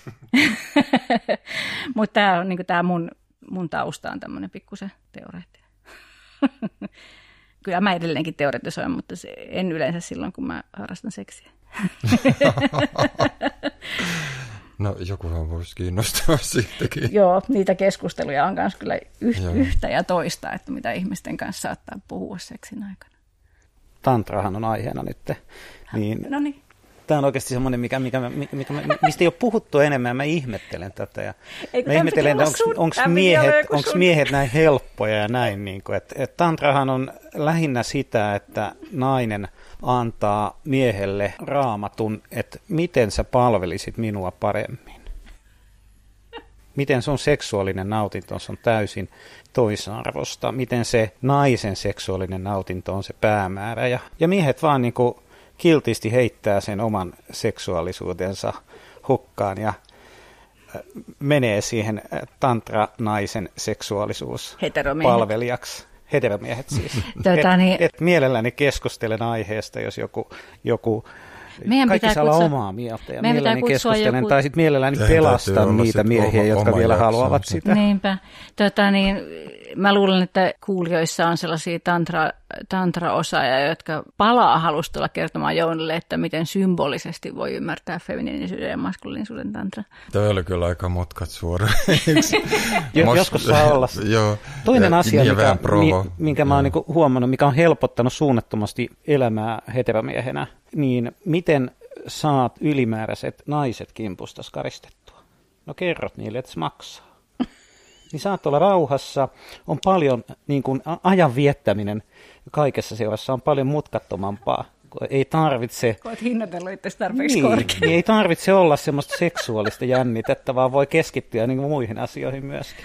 Mutta tämä on niin tämä mun tausta on tämmöinen pikkusen teoreettinen. Kyllä mä edelleenkin teoretisoin, mutta en yleensä silloin, kun mä harrastan seksiä. No jokuhan voisi kiinnostaa siitäkin. Joo, niitä keskusteluja on myös kyllä yhtä ja toista, että mitä ihmisten kanssa saattaa puhua seksin aikana. Tantrahan on aiheena nyt. Niin. No niin. Tämä on oikeasti semmoinen, mistä ei ole puhuttu enemmän. Mä ihmettelen tätä. Ja mä ihmettelen, että onko miehet näin helppoja ja näin. Niin kuin, että tantrahan on lähinnä sitä, että nainen antaa miehelle raamatun, että miten sä palvelisit minua paremmin. Miten sun seksuaalinen nautinto on täysin toisarvosta. Miten se naisen seksuaalinen nautinto on se päämäärä. Ja miehet vaan niin kuin kiltisti heittää sen oman seksuaalisuutensa hukkaan ja menee siihen tantra-naisen seksuaalisuuspalvelijaksi. Heteromiehet siis. Et mielelläni keskustelen aiheesta, jos joku kaikki saa olla omaa mieltä. Ja mielelläni keskustelen tai sitten mielelläni pelastan niitä miehiä, jotka vielä haluavat sitä. Niinpä. Mä luulen, että kuulijoissa on sellaisia tantra-osaajia, jotka halusta tulla kertomaan Jounille, että miten symbolisesti voi ymmärtää feminiinisyyden ja maskuliinisuuden tantra. Tämä oli kyllä aika mutkat suoraan. Joskus saa olla. Toinen asia, minkä mä oon niinku huomannut, mikä on helpottanut suunnattomasti elämää heteromiehenä, niin miten saat ylimääräiset naiset kimpustas karistettua? No kerrot niille, että se maksaa. Niin saat olla rauhassa, on paljon niin kuin ajan viettäminen kaikessa seurassa on paljon mutkattomampaa. Ei tarvitse... Olet hinnoitellut itse tarpeeksi korkein. Niin, ei tarvitse olla semmoista seksuaalista jännitettä, vaan voi keskittyä niin kuin muihin asioihin myöskin.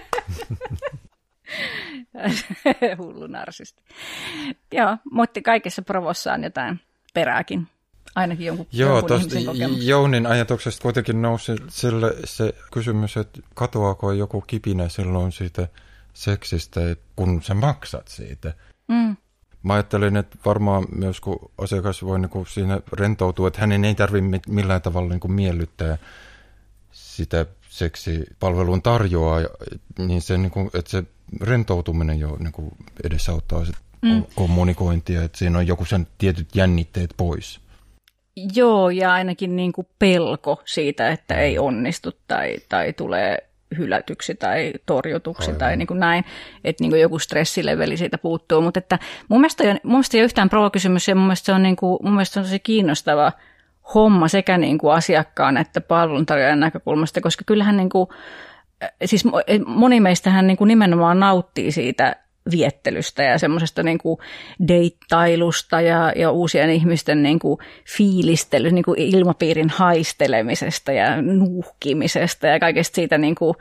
Hullu narsisti. Joo, mutta kaikessa provossa on jotain perääkin. Ainakin jonkun ihmisen kokemus. Jounin ajatuksesta kuitenkin nousi sille se kysymys, että katoako joku kipinä silloin siitä seksistä, kun sä maksat siitä. Mm. Mä ajattelin, että varmaan myös kun asiakas voi niin siinä rentoutua, että hänen ei tarvitse millään tavalla niin miellyttää sitä seksipalvelun tarjoaa, niin se, niin kuin, että se rentoutuminen jo niin edesauttaa sitä kommunikointia, että siinä on joku sen tietyt jännitteet pois. Joo, ja ainakin niin kuin pelko siitä, että ei onnistu tai tulee hylätyksi tai torjutuksi. Aivan. Tai niin kuin näin, että niin kuin joku stressileveli siitä puuttuu. Mutta että mun mielestä ei ole yhtään provokysymys ja mun mielestä se on, niin kuin, tosi kiinnostava homma sekä niin kuin asiakkaan että palveluntarjoajan näkökulmasta, koska kyllähän niin kuin, siis moni meistähän niin kuin nimenomaan nauttii siitä viettelystä ja semmoisesta niin kuin deittailusta ja uusien ihmisten niin kuin fiilistely, niin kuin ilmapiirin haistelemisesta ja nuuhkimisesta ja kaikesta siitä niin kuin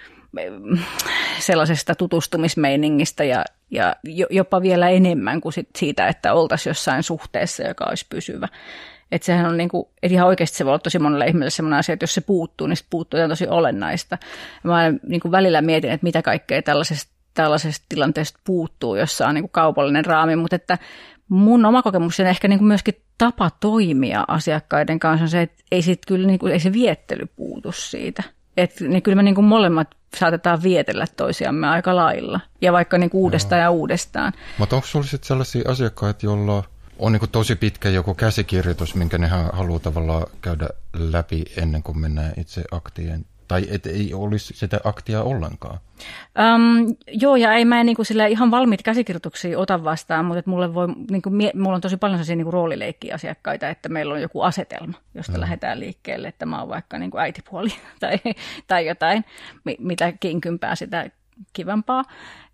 sellaisesta tutustumismeiningistä ja jopa vielä enemmän kuin siitä, että oltaisiin jossain suhteessa, joka olisi pysyvä. Että sehän on niinku, että ihan oikeasti se voi olla tosi monelle ihmiselle sellainen asia, että jos se puuttuu, niin se puuttuu on tosi olennaista. Mä niinku välillä mietin, että mitä kaikkea tällaisesta tilanteesta puuttuu, jossa on niinku kaupallinen raami, mutta että mun oma kokemus ja ehkä niinku myöskin tapa toimia asiakkaiden kanssa on se, että ei se viettely puutu siitä. Että niin kyllä me niinku molemmat saatetaan vietellä toisiamme aika lailla ja vaikka niinku uudestaan ja uudestaan. Mutta onko sinulla sitten sellaisia asiakkaita, joilla on niin kuin tosi pitkä joku käsikirjoitus, minkä ne haluaa tavallaan käydä läpi ennen kuin mennään itse aktien? Tai et ei olisi sitä aktia ollenkaan? Joo, ja ei mä niinku ihan valmiita käsikirjoituksia ota vastaan, mutta mulla on tosi paljon sellaisia niinku roolileikkiasiakkaita, että meillä on joku asetelma, josta lähdetään liikkeelle, että mä oon vaikka niinku äitipuoli tai jotain, mitä kinkympää sitä kivampaa.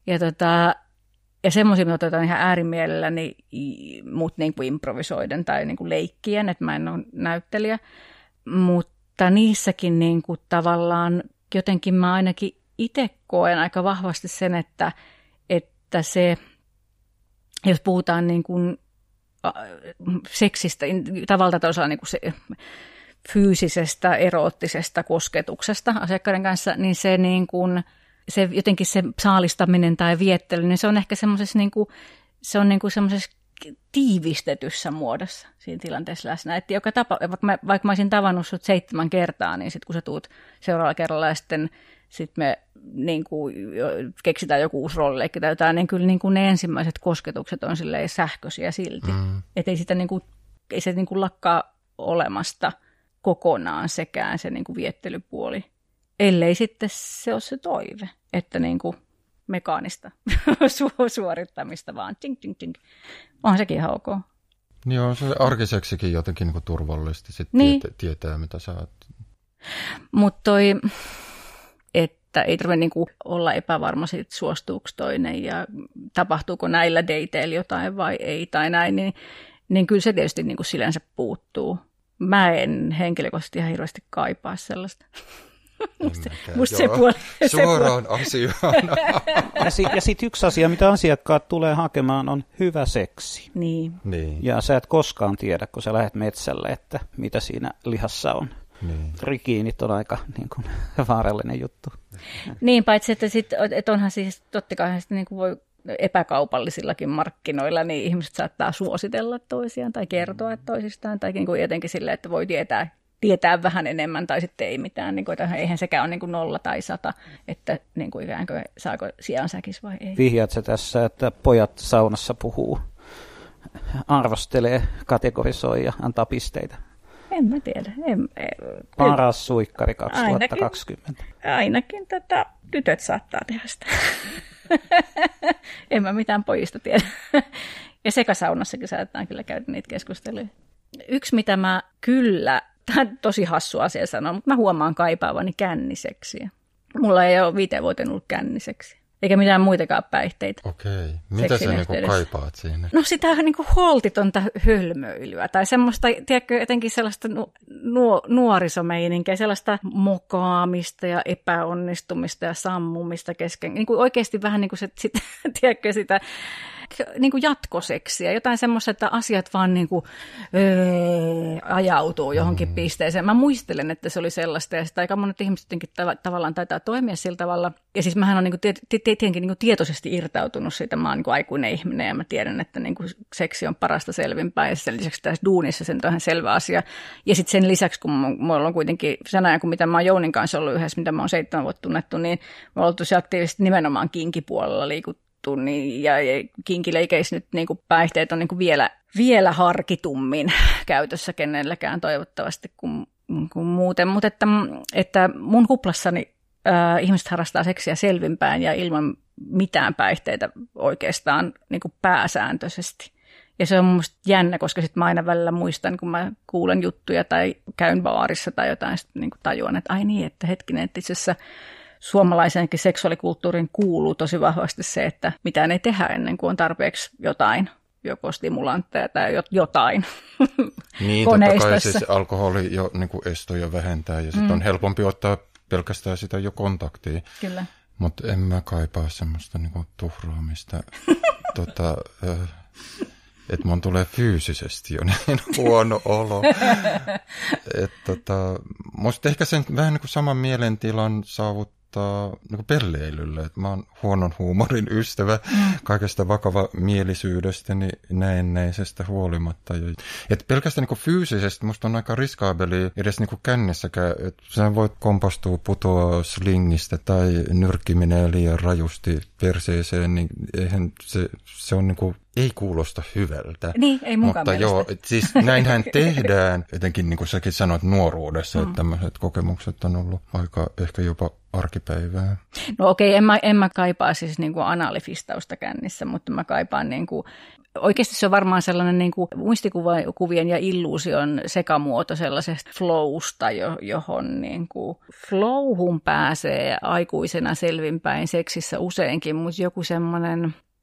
Ja semmoisia me otetaan ihan äärimielelläni, mut niin kuin improvisoiden tai niin kuin leikkien, että mä en ole näyttelijä. Mutta niissäkin niin kuin tavallaan jotenkin mä ainakin itse koen aika vahvasti sen, että se, jos puhutaan niin kuin seksistä, tavallaan toisaalta niin kuin se fyysisestä, eroottisesta kosketuksesta asiakkaiden kanssa, niin se, niin kuin, se jotenkin se saalistaminen tai viettely, niin se on ehkä semmoisessa niin kuin, se on niin kuin semmoisessa tiivistetyssä muodossa siinä tilanteessa läsnä. Että vaikka mä olisin tavannut sut 7 kertaa, niin sitten kun sä tuut seuraavalla kerralla ja sitten me niin kuin, keksitään joku uusi rollileikki tai jotain, niin kyllä niin kuin ne ensimmäiset kosketukset on silleen sähköisiä silti. Että ei se niin kuin lakkaa olemasta kokonaan sekään se niin kuin viettelypuoli, ellei sitten se ole se toive, että niin kuin mekaanista suorittamista vaan ting, ting, ting. Onhan sekin ihan ok. Niin on se arkiseksikin jotenkin niin kuin turvallisesti sitten niin. Tietää, mitä sä oot. Mutta että ei tarvitse niin kuin olla epävarma siitä, suostuuko toinen ja tapahtuuko näillä dateilla jotain vai ei tai näin, niin kyllä se tietysti niin kuin silensä puuttuu. Mä en henkilökohtaisesti ihan hirveästi kaipaa sellaista. Musta se puoli. Suoraan asiaan. Ja sitten yksi asia, mitä asiakkaat tulee hakemaan, on hyvä seksi. Niin. Ja sä et koskaan tiedä, kun sä lähdet metsälle, että mitä siinä lihassa on. Niin. Trikiinit on aika niin kuin, vaarallinen juttu. Niin, paitsi että onhan siis totta kai niin kuin voi epäkaupallisillakin markkinoilla, niin ihmiset saattaa suositella toisiaan tai kertoa toisistaan, tai niin kuin jotenkin silleen, että voi tietää vähän enemmän, tai sitten ei mitään, niin kuin, eihän sekään ole niin kuin 0 tai 100, että niin kuin ikään kuin saako sijansäkis vai ei. Vihjaat sä tässä, että pojat saunassa puhuu, arvostelee, kategorisoi ja antaa pisteitä? En mä tiedä. Paras suikkari 2020. Ainakin tytöt saattaa tehdä sitä. En mä mitään pojista tiedä. Ja sekasaunassakin saattaa kyllä käydä niitä keskusteluja. Yksi, mitä mä kyllä, tämä on tosi hassu asia sanoa, mutta mä huomaan kaipaavani känniseksiä. Mulla ei ole 5 vuoteen ollut känniseksiä. Eikä mitään muitakaan päihteitä. Okei. Mitä sä niinku kaipaat siinä? No sitä niinku holtitonta hölmöilyä tai semmoista, tiedätkö, jotenkin sellaista nuorisomeininkiä, sellaista mokaamista ja epäonnistumista ja sammumista kesken. Niin kuin oikeasti vähän niin kuin tiedätkö, sitä niin kuin jatkoseksiä, jotain semmoista, että asiat vaan niin kuin, ajautuu johonkin pisteeseen. Mä muistelen, että se oli sellaista, ja sitä aika monet ihmiset jotenkin tavallaan taitaa toimia sillä tavalla. Ja siis mähän olen niin tietenkin niin tietoisesti irtautunut siitä, mä oon niin aikuinen ihminen, ja mä tiedän, että niin kuin seksi on parasta selvinpäin, ja sen lisäksi tässä duunissa se on ihan selvä asia. Ja sitten sen lisäksi, kun mulla on kuitenkin sen ajan, kun mitä mä oon Jounin kanssa ollut yhdessä, mitä mä oon 7 vuotta tunnettu, niin mä oon ollut tosi aktiivisesti nimenomaan kinkipuolella liikuttu. Niin, ja kinkileikeissä nyt niin kuin päihteet on niin kuin vielä harkitummin käytössä kenelläkään toivottavasti kuin muuten. Mutta että mun kuplassani ihmiset harrastaa seksiä selvinpäin ja ilman mitään päihteitä oikeastaan niin kuin pääsääntöisesti. Ja se on mun mielestä jännä, koska sitten mä aina välillä muistan, kun mä kuulen juttuja tai käyn baarissa tai jotain, sitten niin kuin tajuan, että ai niin, että hetkinen, että itse asiassa suomalaisenkin seksuaalikulttuuriin kuuluu tosi vahvasti se, että mitään ei tehdä ennen kuin on tarpeeksi jotain, joko stimulantteja tai jotain niin, totta kai siis alkoholi jo niin kuin estoja vähentää ja sitten on helpompi ottaa pelkästään sitä jo kontaktia. Kyllä. Mutta en mä kaipaa semmoista niin kuin tuhraamista, että mun tulee fyysisesti jo niin huono olo. Musta ehkä sen vähän niin kuin saman mielentilan saavuttaa niin pelleilylle. Mä oon huonon huumorin ystävä kaikesta vakavamielisyydestäni näennäisestä huolimatta. Et pelkästään niin fyysisesti musta on aika riskaabeli edes niin kännissäkään. Sä voit kompastua, putoa slingistä tai nyrkki menee liian rajusti perseeseen, niin eihän se on niin kuin, ei kuulosta hyvältä. Niin, ei munkaan mutta joo, siis näinhän tehdään. Etenkin niin kuin säkin sanoit nuoruudessa, että tämmöiset kokemukset on ollut aika ehkä jopa arkipäivää. No okei, en mä kaipaa siis niin kuin anaalifistausta kännissä, mutta mä kaipaan niin kuin, oikeasti se on varmaan sellainen niin kuin muistikuvien ja illuusion sekamuoto sellaisesta flowsta, johon niin kuin flowhun pääsee aikuisena selvinpäin seksissä useinkin, mutta joku semmoinen,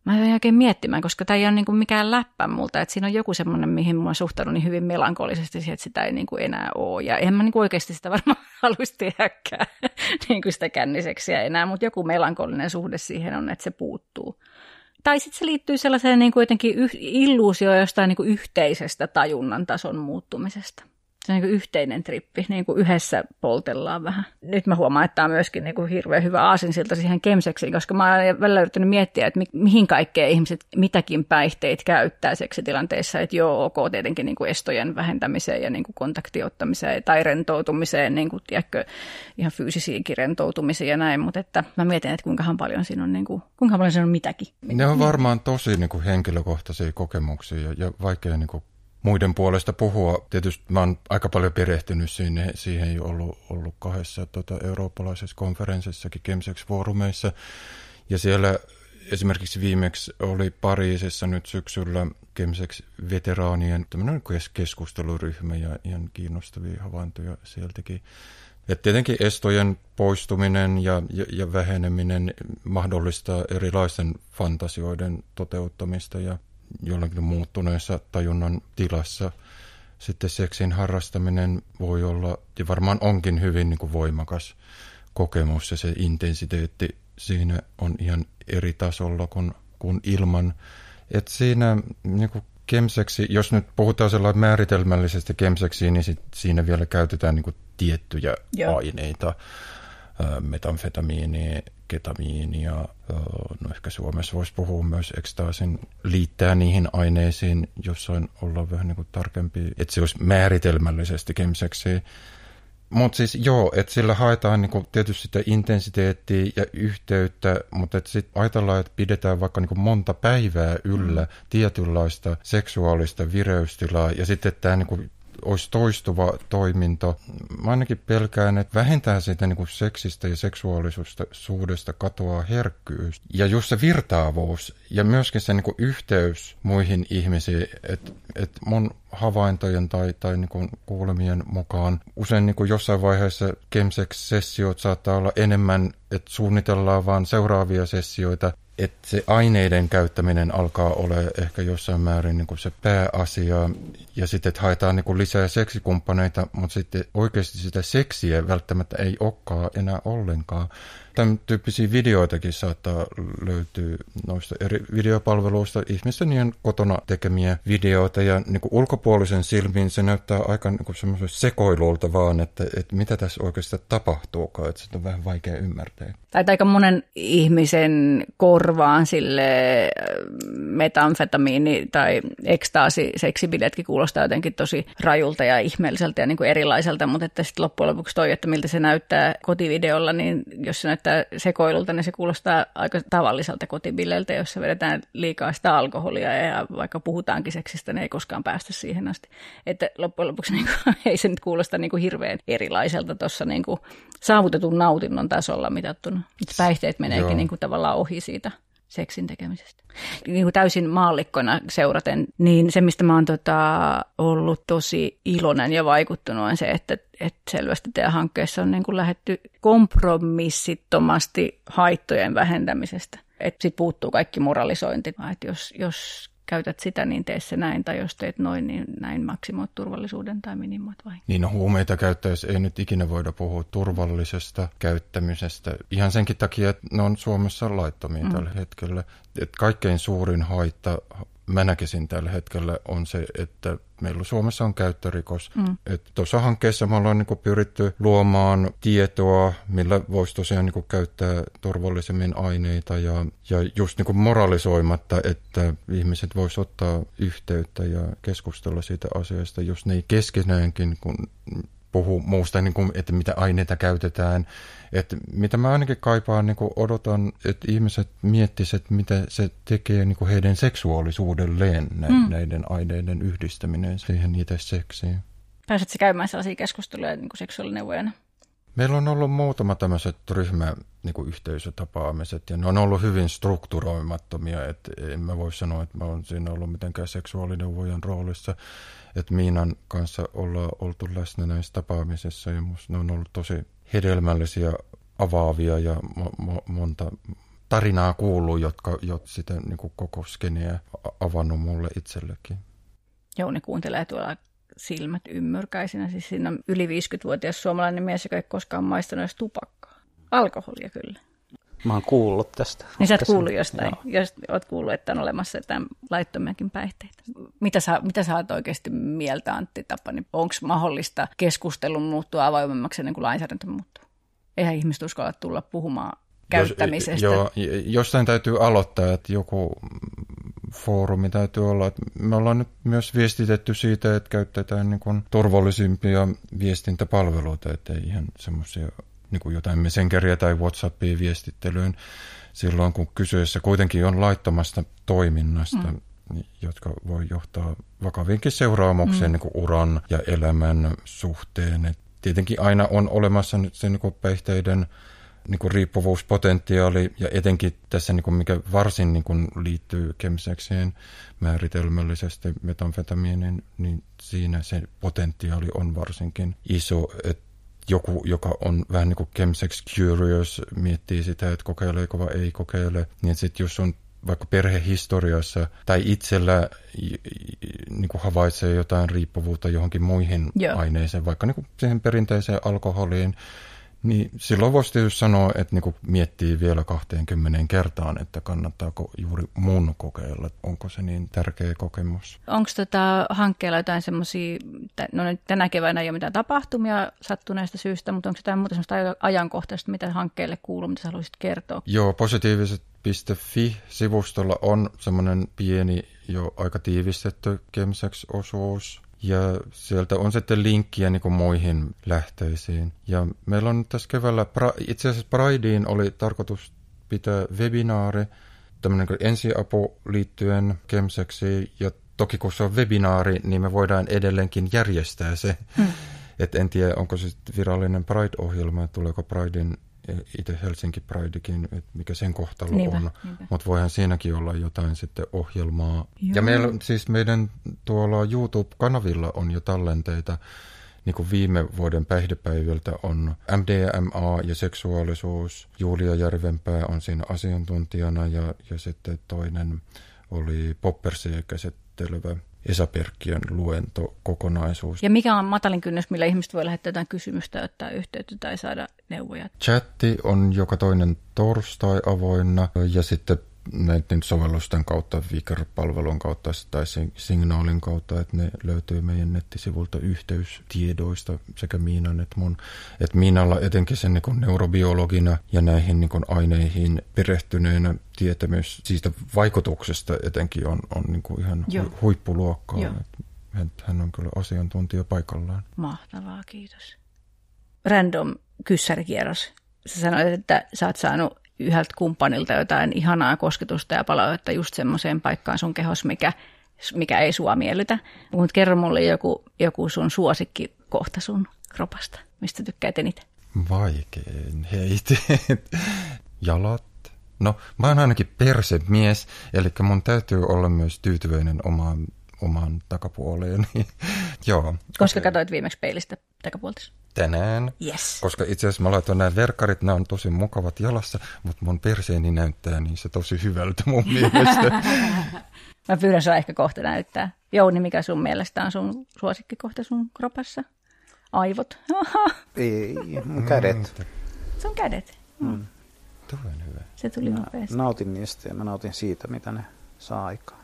Mä jäin oikein miettimään, koska tämä ei ole niin kuin mikään läppä multa, että siinä on joku semmoinen, mihin mä suhtaudun niin hyvin melankolisesti siihen, että sitä ei niin kuin enää ole. Ja en mä niin kuin oikeasti sitä varmaan haluaisi tehdäkään niin kuin sitä känniseksiä enää, mutta joku melankolinen suhde siihen on, että se puuttuu. Tai sitten se liittyy sellaiseen niin kuin jotenkin illuusioon jostain niin kuin yhteisestä tajunnan tason muuttumisesta. Se on niin kuin yhteinen trippi, niin kuin yhdessä poltellaan vähän. Nyt mä huomaan, että tämä on myöskin niin kuin hirveän hyvä aasinsilta siihen kemseksiin, koska mä olen välillä yrittänyt miettiä, että mihin kaikkea ihmiset mitäkin päihteitä käyttää seksitilanteissa. Että joo, ok, tietenkin niin kuin estojen vähentämiseen ja niin kuin kontaktiottamiseen tai rentoutumiseen, niin kuin, tiedätkö, ihan fyysisiinkin rentoutumisiin ja näin. Mutta että mä mietin, että kuinka paljon siinä on, niin kuin, kuinka paljon siinä on mitäkin. Ne on varmaan tosi niin kuin henkilökohtaisia kokemuksia ja vaikea niin kuin muiden puolesta puhua. Tietysti mä oon aika paljon perehtynyt siihen ei ollut kahdessa eurooppalaisessa konferenssissakin Chemsex-foorumeissa. Ja siellä esimerkiksi viimeksi oli Pariisissa nyt syksyllä Chemsex-veteraanien tämmöinen keskusteluryhmä ja ihan kiinnostavia havaintoja sieltäkin. Et tietenkin estojen poistuminen ja väheneminen mahdollistaa erilaisten fantasioiden toteuttamista ja jollakin muuttuneessa tajunnan tilassa sitten seksin harrastaminen voi olla, ja varmaan onkin hyvin niin kuin voimakas kokemus, ja se intensiteetti siinä on ihan eri tasolla kuin ilman. Että siinä niin kuin kemseksi, jos nyt puhutaan sellainen määritelmällisesti kemseksiin, niin siinä vielä käytetään niin kuin tiettyjä aineita, metamfetamiinia, ketamiinia, no ehkä Suomessa voisi puhua myös ekstaasin, liittää niihin aineisiin, jossain ollaan vähän niin kuin tarkempi, että se olisi määritelmällisesti kemseksiä. Mutta siis joo, että sillä haetaan niin kuin tietysti sitä intensiteettiä ja yhteyttä, mutta sitten ajatellaan, että pidetään vaikka niin kuin monta päivää yllä tietynlaista seksuaalista vireystilaa ja sitten tämä niin kuin olisi toistuva toiminto. Mä ainakin pelkään, että vähentää siitä niin kuin seksistä ja seksuaalisuudesta katoaa herkkyys. Ja just se virtaavuus ja myöskin se niin kuin yhteys muihin ihmisiin, että mun havaintojen tai niin kuin kuulemien mukaan usein niin kuin jossain vaiheessa chemsex-sessiot saattaa olla enemmän, että suunnitellaan vaan seuraavia sessioita, että se aineiden käyttäminen alkaa olla ehkä jossain määrin niin kuin se pääasia, ja sitten että haetaan niin kuin lisää seksikumppaneita, mutta sitten oikeasti sitä seksiä välttämättä ei olekaan enää ollenkaan. Tämän tyyppisiä videoitakin saattaa löytyä noista eri videopalveluista, ihmisten ihan kotona tekemiä videoita, ja niin kuin ulkopuolisen silmin se näyttää aika niin kuin semmoisen sekoilulta vaan, että mitä tässä oikeastaan tapahtuukaan, että sitä on vähän vaikea ymmärtää. Tai aika monen ihmisen korvaan sille metamfetamiini tai ekstaasi seksibiletkin kuulostaa jotenkin tosi rajulta ja ihmeelliseltä ja niin kuin erilaiselta, mutta että sitten loppujen lopuksi toi, että miltä se näyttää kotivideolla, niin jos se näyttää sekoilulta, niin se kuulostaa aika tavalliselta kotibileiltä, jossa vedetään liikaa sitä alkoholia ja vaikka puhutaankin seksistä, niin ei koskaan päästä siihen asti. Että loppujen lopuksi niin kuin, ei se nyt kuulosta niin kuin hirveän erilaiselta tuossa niin kuin saavutetun nautinnon tasolla mitattuna. Päihteet meneekin niin kuin tavallaan ohi siitä seksin tekemisestä. Niin kuin täysin maallikkona seuraten, niin se, mistä mä oon ollut tosi iloinen ja vaikuttunut, on se, että selvästi teidän hankkeessa on niin kuin lähdetty kompromissittomasti haittojen vähentämisestä. Että sit puuttuu kaikki moralisointi. Että jos käytät sitä, niin tee se näin, tai jos teet noin, niin näin maksimoit turvallisuuden tai minimoit vain. Niin no, huumeita käyttäessä ei nyt ikinä voida puhua turvallisesta käyttämisestä. Ihan senkin takia, että ne on Suomessa laittomia tällä hetkellä. Et kaikkein suurin haitta, mä näkisin tällä hetkellä, on se, että meillä Suomessa on käyttörikos. Tuossa hankkeessa me ollaan niin pyritty luomaan tietoa, millä voisi tosiaan niin käyttää turvallisemmin aineita ja just niin moralisoimatta, että ihmiset vois ottaa yhteyttä ja keskustella siitä asiasta, jos ne ei keskenäänkin, kun puhu muusta, niin kuin, että mitä aineita käytetään. Että mitä mä ainakin kaipaan, niin kuin odotan, että ihmiset miettisivät, että mitä se tekee niin kuin heidän seksuaalisuudelleen, näiden aineiden yhdistäminen siihen itse seksiin. Pääsetkö käymään sellaisia keskusteluja niin kuin seksuaalineuvojana? Meillä on ollut muutama tämmöiset yhteisötapaamiset, ja ne on ollut hyvin strukturoimattomia, että en mä voi sanoa, että mä oon siinä ollut mitenkään seksuaalineuvojan roolissa, että Miinan kanssa ollaan oltu läsnä näissä tapaamisissa, ja musta ne on ollut tosi hedelmällisiä, avaavia ja monta tarinaa kuullut, jotka sitä niin kuin koko skeneä avannut mulle itsellekin. Jouni kuuntelee tuolla silmät ymmyrkäisinä. Siis siinä on yli 50-vuotias suomalainen mies, joka ei koskaan maistanut edes tupakkaa. Alkoholia kyllä. Mä oon kuullut tästä. Niin sä oot kuullut jostain. Jos oot kuullut, että on olemassa jotain laittomiakin päihteitä. Mitä sä oot oikeasti mieltä, Antti Tapani? Onko mahdollista keskustelun muuttua avoimemmaksi ennen kuin lainsäädäntö muuttuu? Eihän ihmiset uskalla tulla puhumaan käyttämisestä. Jostain täytyy aloittaa, että joku foorumi täytyy olla. Että me ollaan nyt myös viestitetty siitä, että käytetään niin kuin turvallisimpia viestintäpalveluita, ettei ihan semmoisia niin kuin jotain Messengeria tai WhatsAppia viestittelyyn silloin, kun kyseessä kuitenkin on laittomasta toiminnasta, jotka voi johtaa vakaviinkin seuraamukseen niin kuin uran ja elämän suhteen. Et tietenkin aina on olemassa nyt se niin kuin päihteiden niin kuin riippuvuuspotentiaali, ja etenkin tässä, niin kuin mikä varsin niin kuin liittyy kemisekseen määritelmällisesti metamfetamiinin, niin siinä se potentiaali on varsinkin iso, että joku, joka on vähän niin kuin chemsex curious, miettii sitä, että kokeileeko vai ei kokeile, niin sitten jos on vaikka perhehistoriassa tai itsellä niin kuin havaitsee jotain riippuvuutta johonkin muihin aineeseen, vaikka niin kuin siihen perinteiseen alkoholiin, niin silloin voisi tietysti sanoa, että niin kuin miettii vielä 20 kertaan, että kannattaako juuri mun kokeilla, onko se niin tärkeä kokemus. Onko hankkeella jotain semmoisia, no nyt tänä keväänä ei ole mitään tapahtumia sattuneesta syystä, mutta onko jotain muuta semmoista ajankohtaista, mitä hankkeelle kuuluu, mitä sä haluaisit kertoa? Joo, positiiviset.fi-sivustolla on semmoinen pieni, jo aika tiivistetty chemsex-osuus. Ja sieltä on sitten linkkiä niin kuin muihin lähteisiin. Ja meillä on tässä keväällä, itse asiassa Prideen oli tarkoitus pitää webinaari, tämmöinen ensiapu liittyen chemsexiin. Ja toki kun se on webinaari, niin me voidaan edelleenkin järjestää se. Et en tiedä, onko se virallinen Pride-ohjelma, tuleeko Prideen itse Helsinki Pridekin, että mikä sen kohtalo on. Mutta voihan siinäkin olla jotain sitten ohjelmaa. Joo. Ja meillä siis meidän tuolla YouTube-kanavilla on jo tallenteita, niin kuin viime vuoden päihdepäiviltä on MDMA ja seksuaalisuus. Julia Järvenpää on siinä asiantuntijana ja sitten toinen oli Poppersia käsittelevä Esa Perkkiön luentokokonaisuus. Ja mikä on matalin kynnys, millä ihmiset voi lähettää jotain kysymystä, ottaa yhteyttä tai saada neuvoja? Chatti on joka toinen torstai avoinna ja sitten näiden sovellusten kautta, Vicar-palvelun kautta tai Signaalin kautta, että ne löytyy meidän nettisivulta yhteystiedoista sekä Miinan että mun. Että Miinalla etenkin sen niin kuin neurobiologina ja näihin niin kuin aineihin perehtyneenä tietämys siitä vaikutuksesta etenkin on niin kuin ihan huippuluokkaa. Hän on kyllä asiantuntija paikallaan. Mahtavaa, kiitos. Random kyssärikierros. Sä sanoit, että sä oot saanut yhdeltä kumppanilta jotain ihanaa kosketusta ja palautetta just semmoiseen paikkaan sun kehos, mikä ei sua miellytä. Mutta kerro mulle joku sun suosikkikohta sun kropasta, mistä tykkäät eniten? Vaikein heiteet. Jalat. No, mä oon ainakin persemies, eli mun täytyy olla myös tyytyväinen omaan takapuoleeni. Joo. Koska katsoit viimeksi peilistä takapuoltasi? Tänään, koska itse asiassa mä laitoin nämä verkkarit, nämä on tosi mukavat jalassa, mutta mun perseeni näyttää niin se tosi hyvältä mun mielestä. Mä pyydän sua ehkä kohta näyttää. Jouni, mikä sun mielestä on sun suosikkikohta sun kropassa? Aivot? Ei, mun kädet. Sun kädet? Tuo on hyvä. Se tuli nopeasti. Nautin niistä ja mä nautin siitä, mitä ne saa aikaan.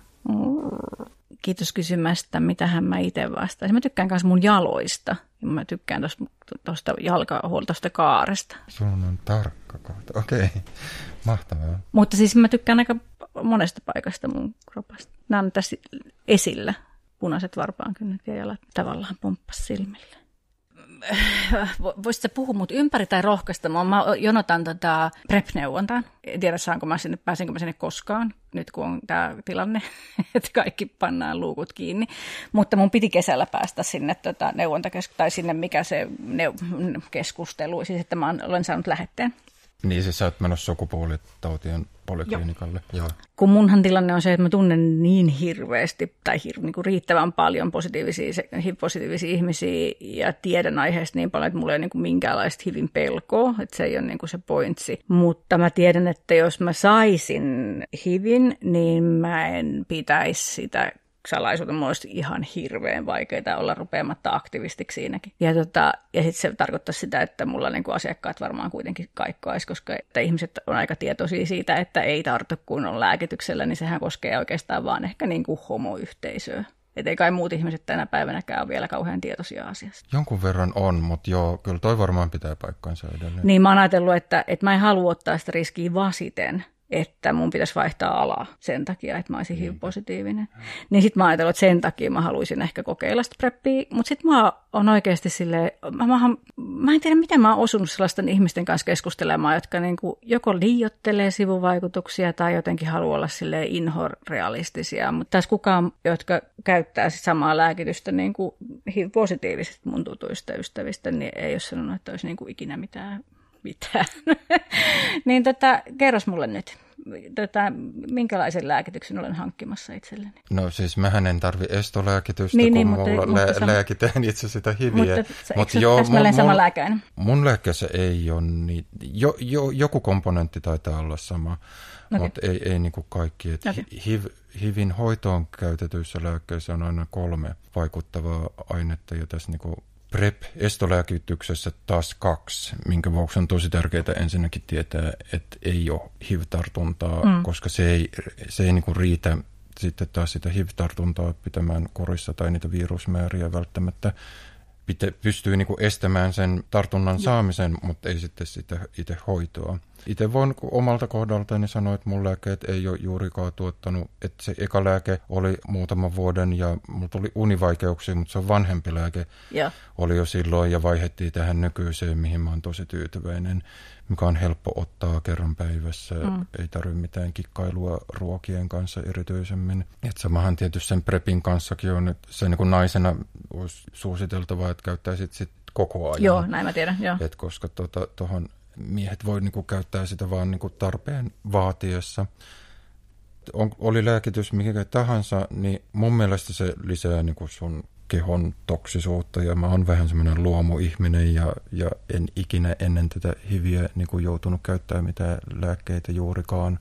Kiitos kysymästä, mitähän mä itse vastaisin. Mä tykkään myös mun jaloista. Ja mä tykkään tuosta jalkahuoltosta kaaresta. Sulla on tarkka kohta. Okei, mahtavaa. Mutta siis mä tykkään aika monesta paikasta mun kropasta. Nämä on tässä esillä. Punaiset varpaankynnet ja jalat tavallaan pomppas silmille. Voisitko puhua mut ympäri tai rohkaista? Mä jonotan PrEP-neuvontaan. En tiedä, pääsenkö mä sinne koskaan, nyt kun on tämä tilanne, että kaikki pannaan luukut kiinni. Mutta mun piti kesällä päästä sinne neuvontakeskustelu, tai sinne mikä se keskustelu, siis että mä olen saanut lähetteen. Niin, siis sä oot menossa sukupuolitautien poliklinikalle. Joo. Kun munhan tilanne on se, että mä tunnen niin hirveästi tai niin kuin riittävän paljon HIV-positiivisia ihmisiä ja tiedän aiheesta niin paljon, että mulla ei ole niin kuin minkäänlaista HIVin pelkoa, että se ei ole niin kuin se pointsi. Mutta mä tiedän, että jos mä saisin HIVin, niin mä en pitäisi sitä salaisuutta. Mulla olisi ihan hirveän vaikeaa olla rupeamatta aktivistiksi siinäkin. Ja sitten se tarkoittaa sitä, että mulla niin kuin asiakkaat varmaan kuitenkin kaikkoaisi, koska että ihmiset on aika tietoisia siitä, että ei tartu kun on lääkityksellä, niin sehän koskee oikeastaan vaan ehkä niin kuin homoyhteisöä. Että ei kai muut ihmiset tänä päivänäkään ole vielä kauhean tietoisia asiasta. Jonkun verran on, mutta joo, kyllä toi varmaan pitää paikkaansa edelleen. Niin mä oon ajatellut, että mä en halua ottaa sitä riskiä vasiten, että mun pitäisi vaihtaa alaa sen takia, että mä olisin HIV-positiivinen. Niin sit mä ajattelin, että sen takia mä haluaisin ehkä kokeilla sitä preppia, mutta sit mä oon oikeasti silleen, mä en tiedä miten mä oon osunut sellaisten ihmisten kanssa keskustelemaan, jotka niinku joko liioittelee sivuvaikutuksia tai jotenkin haluaa olla silleen inhorealistisia, mutta taas kukaan, jotka käyttää sit samaa lääkitystä niinku HIV-positiiviset mun tutuista ystävistä, niin ei ole sanonut, että olisi niinku ikinä mitään. Niin kerros mulle nyt, minkälaisen lääkityksen olen hankkimassa itselleni? No siis mähän en tarvi estolääkitystä, kun mulla lääkitään itse sitä HIViä. Mutta täsmälleen sama lääkäinen? Mun lääkkeessä ei ole niin, joku komponentti taitaa olla sama, mutta ei niin kuin kaikki. HIVin hoitoon käytetyissä lääkkeissä on aina 3 vaikuttavaa ainetta, ja tässä niin kuin PrEP-estolääkityksessä taas 2, minkä vuoksi on tosi tärkeää ensinnäkin tietää, että ei ole HIV-tartuntaa, koska se ei niin kuin riitä sitten taas sitä HIV-tartuntaa pitämään kurissa tai niitä virusmääriä välttämättä. Pystyy niin kuin estämään sen tartunnan saamisen, mutta ei sitten sitä itse hoitoa. Itse voin omalta kohdaltani sanoa, että mun lääkkeet ei ole juurikaan tuottanut, että se eka lääke oli muutaman vuoden ja mulla tuli univaikeuksia, mutta se on vanhempi lääke. Oli jo silloin ja vaihdettiin tähän nykyiseen, mihin mä oon tosi tyytyväinen, mikä on helppo ottaa kerran päivässä. Ei tarvitse mitään kikkailua ruokien kanssa erityisemmin. Et samahan tietysti sen PrEPin kanssakin on, että se niin kuin naisena olisi suositeltavaa, että käyttäisit sit koko ajan. Joo, näin mä tiedän. Joo. Et koska tuohon miehet voi niinku käyttää sitä vaan niinku tarpeen vaatiessa. Oli lääkitys mikä tahansa, niin mun mielestä se lisää niinku sun kehon toksisuutta. Ja mä oon vähän semmoinen luomuihminen ja en ikinä ennen tätä HIViä niinku joutunut käyttämään mitään lääkkeitä juurikaan.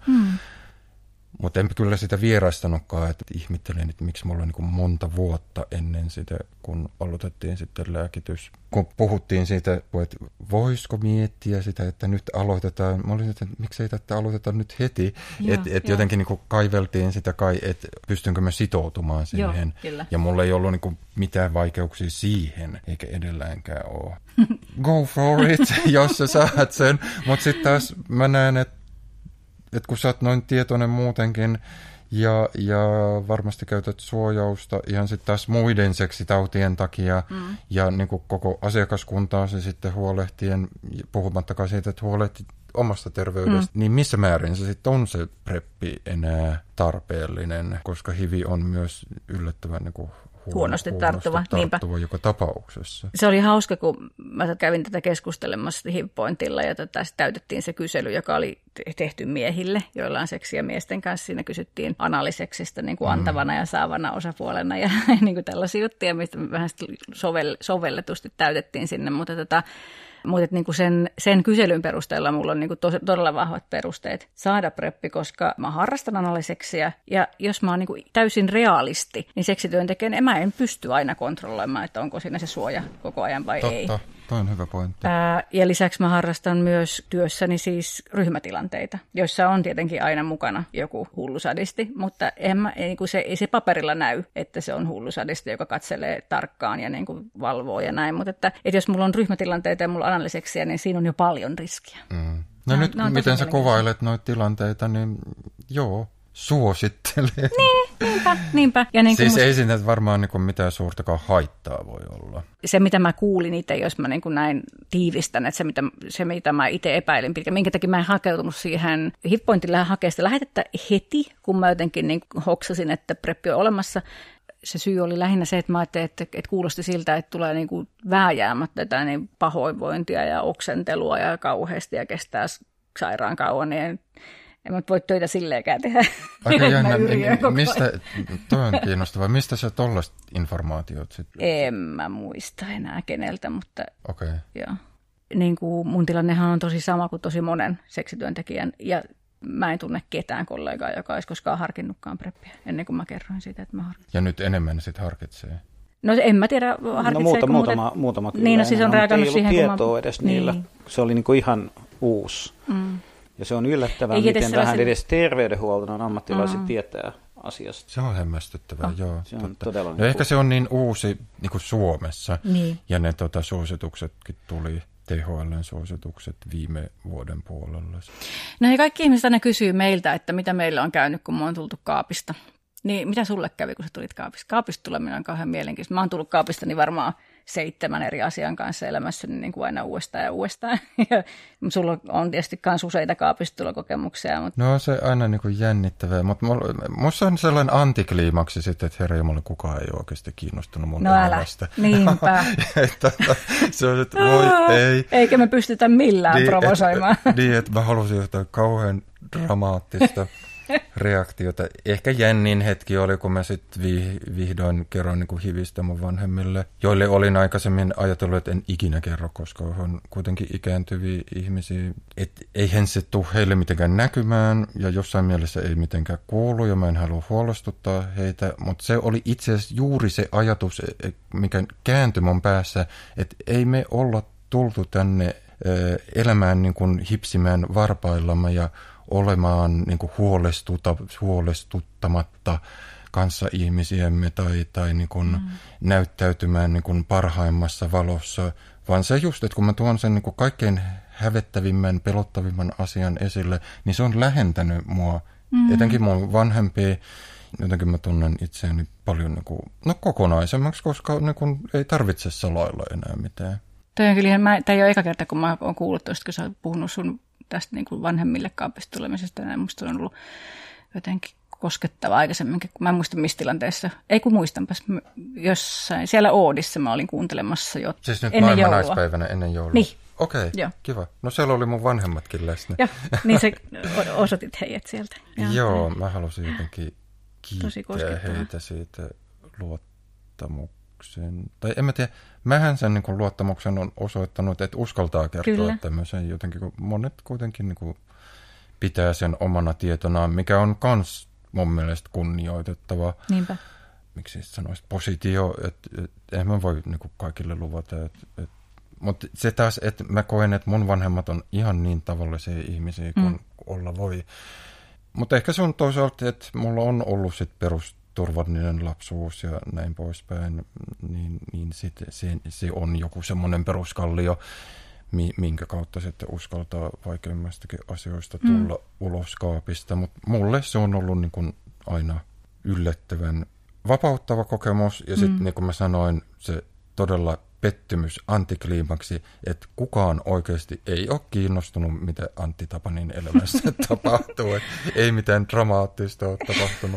Mutta en kyllä sitä vierastanutkaan, että ihmettelen, että miksi mulla on niin kuin monta vuotta ennen sitä, kun aloitettiin sitten lääkitys. Kun puhuttiin siitä, että voisiko miettiä sitä, että nyt aloitetaan. Mä olin, että miksei tätä aloiteta nyt heti. Että jotenkin niin kuin kaiveltiin sitä, että pystynkö mä sitoutumaan siihen. Joo, ja mulla ei ollut niin kuin mitään vaikeuksia siihen, eikä edelläänkään ole. Go for it, jos sä saat sen. Mutta sitten taas mä näen, että kun sä oot noin tietoinen muutenkin ja varmasti käytät suojausta ihan sitten taas muiden seksitautien takia ja niin kuin koko asiakaskuntaa se sitten huolehtien, puhumattakaan siitä, että huolehtii omasta terveydestä, niin missä määrin se sitten on se preppi enää tarpeellinen, koska HIV on myös yllättävän niin kuin huonosti tarttuva joka tapauksessa. Se oli hauska, kun mä kävin tätä keskustelemassa HIV-pointilla ja täytettiin se kysely, joka oli tehty miehille, joilla on seksiä miesten kanssa. Siinä kysyttiin analiseksistä niin kuin antavana ja saavana osapuolena ja niin kuin tällaisia juttuja, mistä me vähän sovelletusti täytettiin sinne, mutta niin kuin sen kyselyn perusteella mulla on niin kuin todella vahvat perusteet saada preppi, koska mä harrastan analiseksiä ja jos mä oon niin kuin täysin realisti, niin seksityöntekijänä mä en pysty aina kontrolloimaan, että onko siinä se suoja koko ajan vai ei. Totta, toi on hyvä pointti. Ja lisäksi mä harrastan myös työssäni siis ryhmätilanteita, joissa on tietenkin aina mukana joku hullusadisti, mutta ei se paperilla näy, että se on hullusadisti, joka katselee tarkkaan ja niin kuin valvoo ja näin, mutta että jos mulla on ryhmätilanteita ja mulla on analyseksiä, niin siinä on jo paljon riskiä. No nyt miten sä kuvailet noita tilanteita, niin joo, suosittelee. Niinpä. Ja niin siis ei siinä varmaan niin kuin mitään suurtakaan haittaa voi olla. Se, mitä mä kuulin itse, jos mä niin kuin näin tiivistän, että se, mitä mä itse epäilin, minkä takia mä en hakeutunut siihen HIV-pointille hakea sitä lähetettä heti, kun mä jotenkin niin hoksasin, että preppi on olemassa. Se syy oli lähinnä se, että mä ajattelin, että kuulosti siltä, että tulee niin kuin vääjäämättä niin pahoinvointia ja oksentelua ja kauheasti ja kestää sairaan kauan, niin en mä voi töitä silleenkään tehdä. Aika jännä. Toi on kiinnostavaa. Mistä sä tollaista informaatiot sitten? En mä muista enää keneltä, mutta okay. Joo. Niin kuin mun tilannehan on tosi sama kuin tosi monen seksityöntekijän, ja mä en tunne ketään kollegaa, joka olisi koskaan harkinnutkaan PrEPiä, ennen kuin mä kerroin siitä, että mä harkitsen. Ja nyt enemmän sitten harkitsee? No en mä tiedä, harkitseeko muutama kyllä. Niin, no siis on reagannut siihen, kun tietoa edes niillä. Niin. Se oli niin kuin ihan uusi. Ja se on yllättävää, miten vähän edes terveydenhuollon ammattilaiset tietää asiasta. Se on hämmästyttävää, joo. Se on todella no ehkä se on niin uusi niin kuin Suomessa, ja ne suosituksetkin tuli, THL:n suositukset viime vuoden puolella. No ja kaikki ihmiset aina kysyy meiltä, että mitä meillä on käynyt, kun me on tultu kaapista. Niin mitä sulle kävi, kun sä tulit kaapista? Kaapista tuleminen on kauhean mielenkiintoista. Mä oon tullut kaapista niin varmaan 7 eri asian kanssa elämässäni niin kuin aina uudestaan ja uudestaan. Sulla on tietysti myös useita kaapistulokokemuksia. Mutta... No se aina niin kuin jännittävää, mutta musta on sellainen antikliimaksi sitten, että herra jumala, kukaan ei oikeasti kiinnostunut mun elämästä. Niinpä. Se on, että voi ei. Eikä me pystytä millään provosoimaan. Niin, että mä halusin jotain kauhean dramaattista reaktiota. Ehkä jännin hetki oli, kun mä sitten vihdoin kerron niin kuin HIVistä mun vanhemmille, joille olin aikaisemmin ajatellut, että en ikinä kerro, koska on kuitenkin ikääntyviä ihmisiä. Et eihän se tule heille mitenkään näkymään, ja jossain mielessä ei mitenkään kuulu, ja mä en halua huolestuttaa heitä, mutta se oli itse asiassa juuri se ajatus, mikä kääntyi mun päässä, että ei me olla tultu tänne elämään niin kuin hipsimään varpaillamme ja olemaan niin kuin huolestuttamatta kanssa ihmisiämme tai niin kuin näyttäytymään niin kuin parhaimmassa valossa, vaan se just, että kun mä tuon sen niin kuin kaikkein hävettävimmän, pelottavimman asian esille, niin se on lähentänyt mua, etenkin mun vanhempia. Jotenkin mä tunnen itseäni paljon niin kuin, kokonaisemmaksi, koska niin kuin, ei tarvitse salailla enää mitään. Tämä ei ole eka kerta, kun mä oon kuullut tuosta, kun sä oot puhunut sun tästä niin kuin vanhemmille kaapista tulemisesta. Ja musta on ollut jotenkin koskettava aikaisemminkin, kun mä en muista missä tilanteessa. Ei kun muistanpas, jossain siellä Oodissa mä olin kuuntelemassa jo siis nyt ennen joulua. Naispäivänä ennen joulua? Niin. Okei, kiva. No siellä oli mun vanhemmatkin läsnä. Joo, niin sä osoitit heidät sieltä. Joo, mä halusin jotenkin kiittää heitä siitä luottamuksen. Tai en mä tiedä, mähän sen niin kuin luottamuksen on osoittanut, että uskaltaa kertoa tämmöisen jotenkin, kun monet kuitenkin niin kuin pitää sen omana tietonaan, mikä on kans mun mielestä kunnioitettava. Niinpä. Miksi sanoisi positio, että eihän mä voi niin kuin kaikille luvata. Mutta se taas, että mä koen, että mun vanhemmat on ihan niin tavallisia ihmisiä kuin olla voi. Mutta ehkä se on toisaalta, että mulla on ollut sit perusturvallinen lapsuus ja näin poispäin, niin sit se on joku semmoinen peruskallio, minkä kautta sitten uskaltaa vaikeimmastakin asioista tulla ulos kaapista. Mutta mulle se on ollut niin kuin aina yllättävän vapauttava kokemus, ja sitten niin kuin mä sanoin, se todella pettymys antikliimaksi, että kukaan oikeasti ei ole kiinnostunut, mitä Antti Tapanin elämässä tapahtuu. Ei mitään dramaattista ole tapahtunut.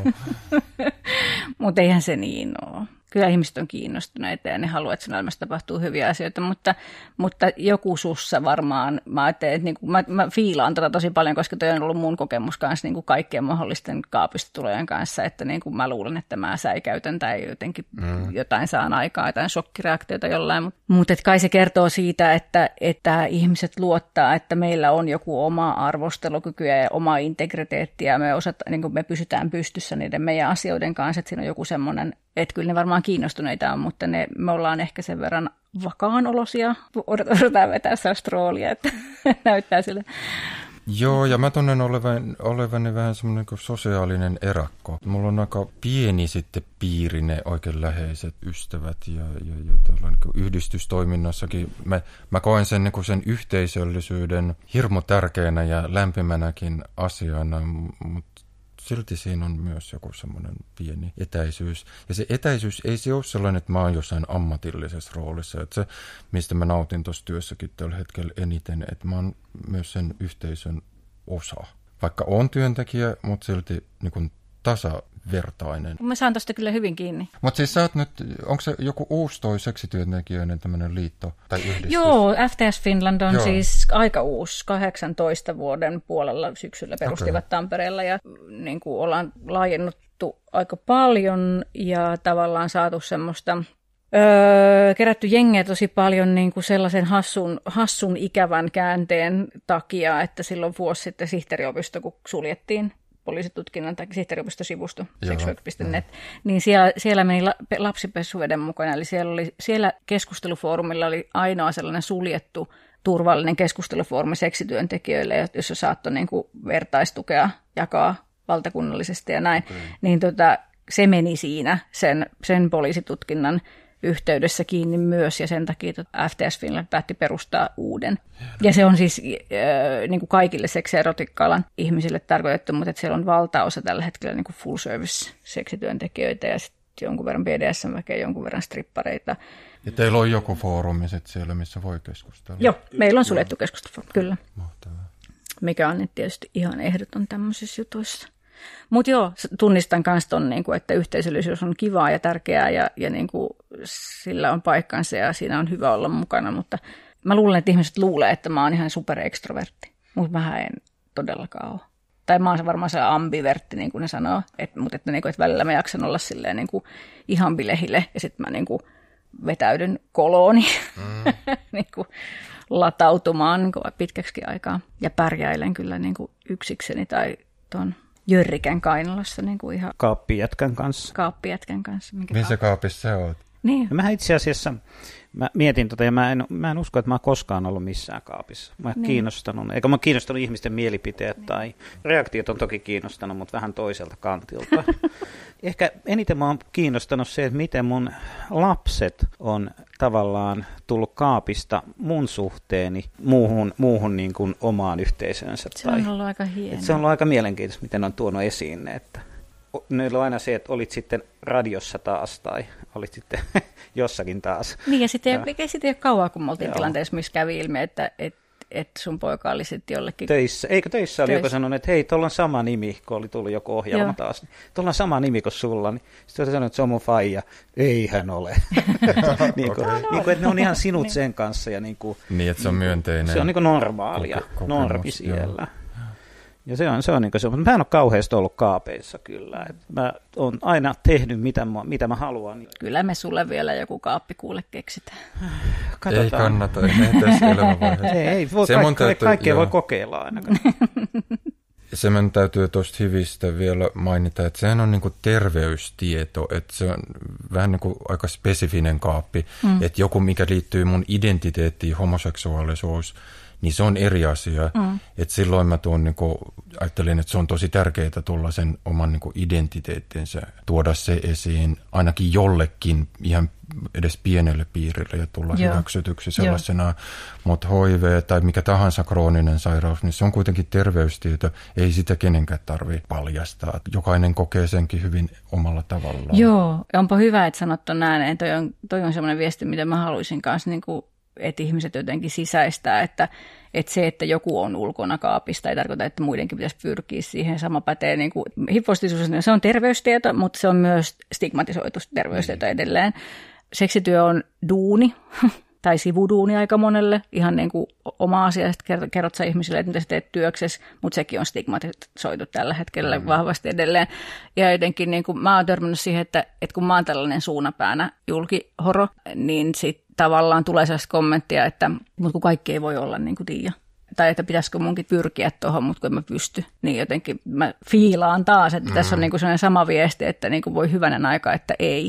Mutta eihän se niin ole. Kyllä ihmiset on kiinnostuneita ja ne haluaa, että sun elämässä tapahtuu hyviä asioita, mutta joku sussa varmaan, mä ajattelin, että niin mä fiilaan tätä tosi paljon, koska toi on ollut mun kokemus kanssa niin kuin kaikkien mahdollisten kaapista-tulojen kanssa, että niin kuin mä luulen, että mä säikäytän tai jotenkin jotain saan aikaa, jotain shokkireaktioita jollain, mutta kai se kertoo siitä, että ihmiset luottaa, että meillä on joku oma arvostelukyky ja oma integriteetti ja me pysytään pystyssä niiden meidän asioiden kanssa, että siinä on joku semmoinen, että kyllä ne varmaan kiinnostuneita on, mutta me ollaan ehkä sen verran vakaanolosia. Odotetaan vetää sellaista roolia, että näyttää sille. Joo, ja mä tunnen olevani vähän semmoinen kuin sosiaalinen erakko. Mulla on aika pieni sitten piiri ne oikein läheiset ystävät ja niin yhdistystoiminnassakin. Mä koen sen, niin sen yhteisöllisyyden hirmu tärkeänä ja lämpimänäkin asiana, mutta silti siinä on myös joku semmoinen pieni etäisyys. Ja se etäisyys ei se ole sellainen, että mä oon jossain ammatillisessa roolissa. Että se, mistä mä nautin tuossa työssäkin tällä hetkellä eniten, että mä oon myös sen yhteisön osa. Vaikka oon työntekijä, mutta silti niin kuin vertainen. Mä saan tosta kyllä hyvin kiinni. Mutta siis sä oot nyt, onko se joku uusi toi seksityöntekijöiden tämmöinen liitto tai yhdistys? Joo, FTS Finland on siis aika uusi, 18 vuoden puolella syksyllä perustivat Tampereella ja niin kuin ollaan laajennuttu aika paljon ja tavallaan saatu semmoista kerätty jengiä tosi paljon niin kuin sellaisen hassun ikävän käänteen takia, että silloin vuosi sitten sihteeriopisto, kun suljettiin poliisitutkinnan tai sihteeriopistosivusto sexwork.net, niin siellä meni lapsipessuveden mukana. Eli siellä keskustelufoorumilla oli ainoa sellainen suljettu turvallinen keskustelufoorumi seksityöntekijöille, jossa saattoi niin kuin vertaistukea jakaa valtakunnallisesti ja näin. Okay. Niin se meni siinä sen poliisitutkinnan yhteydessä kiinni myös, ja sen takia FTS Finland päätti perustaa uuden. Ja se on siis niin kuin kaikille seksi- ja erotiikka-alan ihmisille tarkoitettu, mutta että siellä on valtaosa tällä hetkellä niin kuin full service seksityöntekijöitä ja sitten jonkun verran BDSM-väkeä, jonkun verran strippareita. Ja teillä on joku foorumi siellä, missä voi keskustella? Joo, meillä on suljettu keskustelufoorumi, kyllä. Mahtavaa. Mikä on tietysti ihan ehdoton tämmöisissä jutuissa. Mutta joo, tunnistan myös ton, että yhteisöllisyys on kivaa ja tärkeää ja sillä on paikkansa ja siinä on hyvä olla mukana, mutta mä luulen, että ihmiset luulee, että mä oon ihan superekstrovertti, mutta mä en todellakaan ole. Tai mä oon varmaan se ambivertti, niin kuin ne sanoo, mutta että välillä mä jaksan olla silleen ihan bilehille ja sitten mä vetäydyn kolooni latautumaan pitkäksi aikaa ja pärjäilen kyllä yksikseni tai tuon Jörrikän kainalossa ihan Kaappijätkän kanssa. Kaappijätkän kanssa. Missä kaapissa sä oot? Niin. Mä itse asiassa mietin ja mä en usko, että mä oon koskaan ollut missään kaapissa. Mä oon kiinnostanut, eikä mä oon kiinnostanut ihmisten mielipiteet tai reaktiot on toki kiinnostanut, mutta vähän toiselta kantilta. Ehkä eniten mä oon kiinnostanut se, että miten mun lapset on tavallaan tullut kaapista mun suhteeni muuhun niin kuin omaan yhteisönsä. Se on ollut aika hienoa. Se on ollut aika mielenkiintoista, miten on tuonut esiin ne, että ne on aina se, että olit sitten radiossa taas tai olit sitten jossakin taas. Niin ja sitten ei ole kauan, kun me oltiin tilanteessa, missä kävi ilmi, että sun poika oli sitten jollekin töissä. Eikö töissä oli joku sanonut, että hei, tuolla on sama nimi, kun oli tullut joku ohjelma taas. Niin, tuolla on sama nimi kuin sulla. Niin sitten sanoi, että se on mun faija. Ei hän ole. Että ne on ihan sinut sen kanssa. Ja niin, että se on myönteinen. Se on normaalia, normi siellä. Ja se on niin kuin se, mutta mä en ole kauheasti ollut kaapeissa kyllä. Mä oon aina tehnyt, mitä mä haluan. Kyllä me sulle vielä joku kaappi kuule keksitään. Katsotaan. Ei kannata, ei tässä elämävaiheessa. Kaikkea voi kokeilla ainakaan. Se minun täytyy tuosta HIVistä vielä mainita, että sehän on niin kuin terveystieto, että se on vähän niin kuin aika spesifinen kaappi, että joku mikä liittyy mun identiteettiin, homoseksuaalisuus, niin se on eri asia. Että silloin mä ajattelin, että se on tosi tärkeää tulla sen oman identiteettinsä, tuoda se esiin ainakin jollekin ihan edes pienelle piirille ja tulla hyväksytyksi sellaisena. Mutta HIV tai mikä tahansa krooninen sairaus, niin se on kuitenkin terveystieto. Ei sitä kenenkään tarvitse paljastaa. Jokainen kokee senkin hyvin omalla tavallaan. Joo, onpa hyvä, että sanot ton ääneen. Toi on semmoinen viesti, mitä mä haluaisin kanssa että ihmiset jotenkin sisäistää, että se, että joku on ulkona kaapista, ei tarkoita, että muidenkin pitäisi pyrkiä siihen. Sama pätee HIV-postiisuus, se on terveystieto, mutta se on myös stigmatisoitu terveystieto edelleen. Seksityö on duuni tai sivuduuni aika monelle, ihan oma asia, että kerrot sä ihmisille, että mitä sä teet työksesi, mutta sekin on stigmatisoitu tällä hetkellä vahvasti edelleen. Ja jotenkin mä oon törmännyt siihen, että kun mä oon tällainen suunapäänä julkihoro, niin sitten tavallaan tulee sellaista kommenttia, että mutta kun kaikki ei voi olla niin kuin Tiia. Tai että pitäisikö munkin pyrkiä tuohon, mutta kun en mä pysty. Niin jotenkin mä fiilaan taas, että tässä on sellainen sama viesti, että voi hyvänen aika, että ei.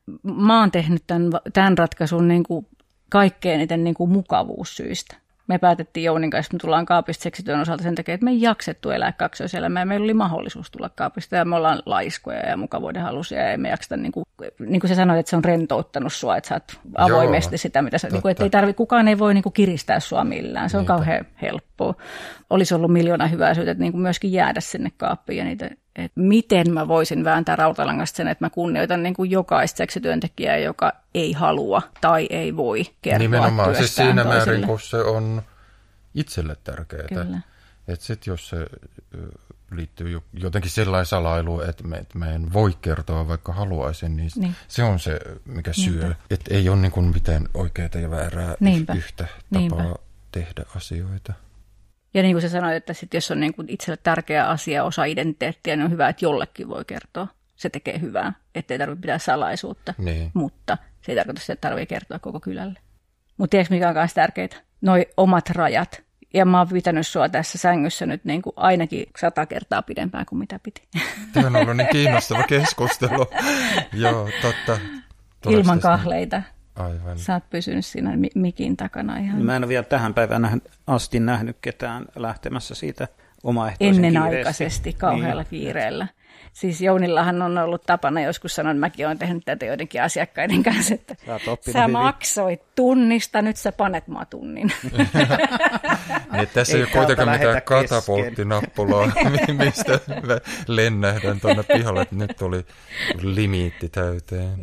Mä oon tehnyt tämän ratkaisun kaikkein eniten mukavuussyistä. Me päätettiin Jounin kanssa, että me tullaan kaapista seksityön osalta sen takia, että me ei jaksettu elää kaksoiselämää. Meillä oli mahdollisuus tulla kaapista ja me ollaan laiskoja ja mukavuuden halusia ja emme jakseta, niin kuin sä sanoit, että se on rentouttanut sua, että sä oot avoimesti sitä, mitä sä, että kukaan ei voi kiristää sua millään. Se on kauhean helppoa. Olisi ollut miljoona hyvää syytä, että myöskin jäädä sinne kaappiin ja niitä, että miten mä voisin vääntää rautalangasta sen, että mä kunnioitan jokaista seksityöntekijää, joka ei halua tai ei voi kertoa nimenomaan, työstään siis siinä toisille. määrin, kun se on itselle tärkeää. Että sitten jos se liittyy jotenkin sellainen salailu, että mä en voi kertoa, vaikka haluaisin, niin se on se, mikä syö. Että ei ole niin kuin mitään oikeaa ja väärää yhtä tapaa tehdä asioita. Ja niin kuin sä sanoit, että sit jos on niin kuin itselle tärkeä asia, osa identiteettiä, niin on hyvä, että jollekin voi kertoa. Se tekee hyvää, ettei tarvitse pitää salaisuutta, mutta se ei tarkoita, että tarvitsee kertoa koko kylälle. Mutta tiedätkö, mikä on myös tärkeää? Noi omat rajat. Ja mä oon pitänyt sua tässä sängyssä nyt niin kuin ainakin 100 kertaa pidempään kuin mitä piti. Tämä on ollut niin kiinnostava keskustelu. Joo, totta. Ilman kahleita. Aivan. Sä oot pysynyt siinä mikin takana ihan. Mä en ole vielä tähän päivään asti nähnyt ketään lähtemässä siitä omaehtoisen ennenaikaisesti kauhealla kiireellä. Siis Jounillahan on ollut tapana joskus sanoa, että mäkin olen tehnyt tätä joidenkin asiakkaiden kanssa, että sä maksoit tunnista, nyt sä panet mua tunnin. Niin, tässä ei ole kuitenkaan mitään katapulttinappulaa, mistä lennähdän tuonne pihalle, että nyt tuli limiitti täyteen.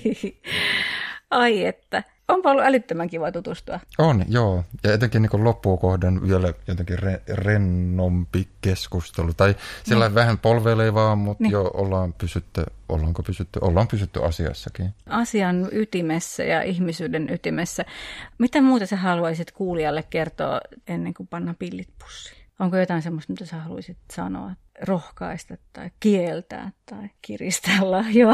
Ai että. Onpa ollut älyttömän kiva tutustua. On, joo. Ja etenkin niin loppuun kohden vielä jotenkin rennompi keskustelu. Tai sellainen vähän polveilevaa, mutta jo ollaan pysytty asiassakin. Asian ytimessä ja ihmisyyden ytimessä. Mitä muuta sä haluaisit kuulijalle kertoa ennen kuin panna pillit pussiin? Onko jotain semmoista, mitä sä haluaisit sanoa, rohkaista tai kieltää tai kiristää lahjoa?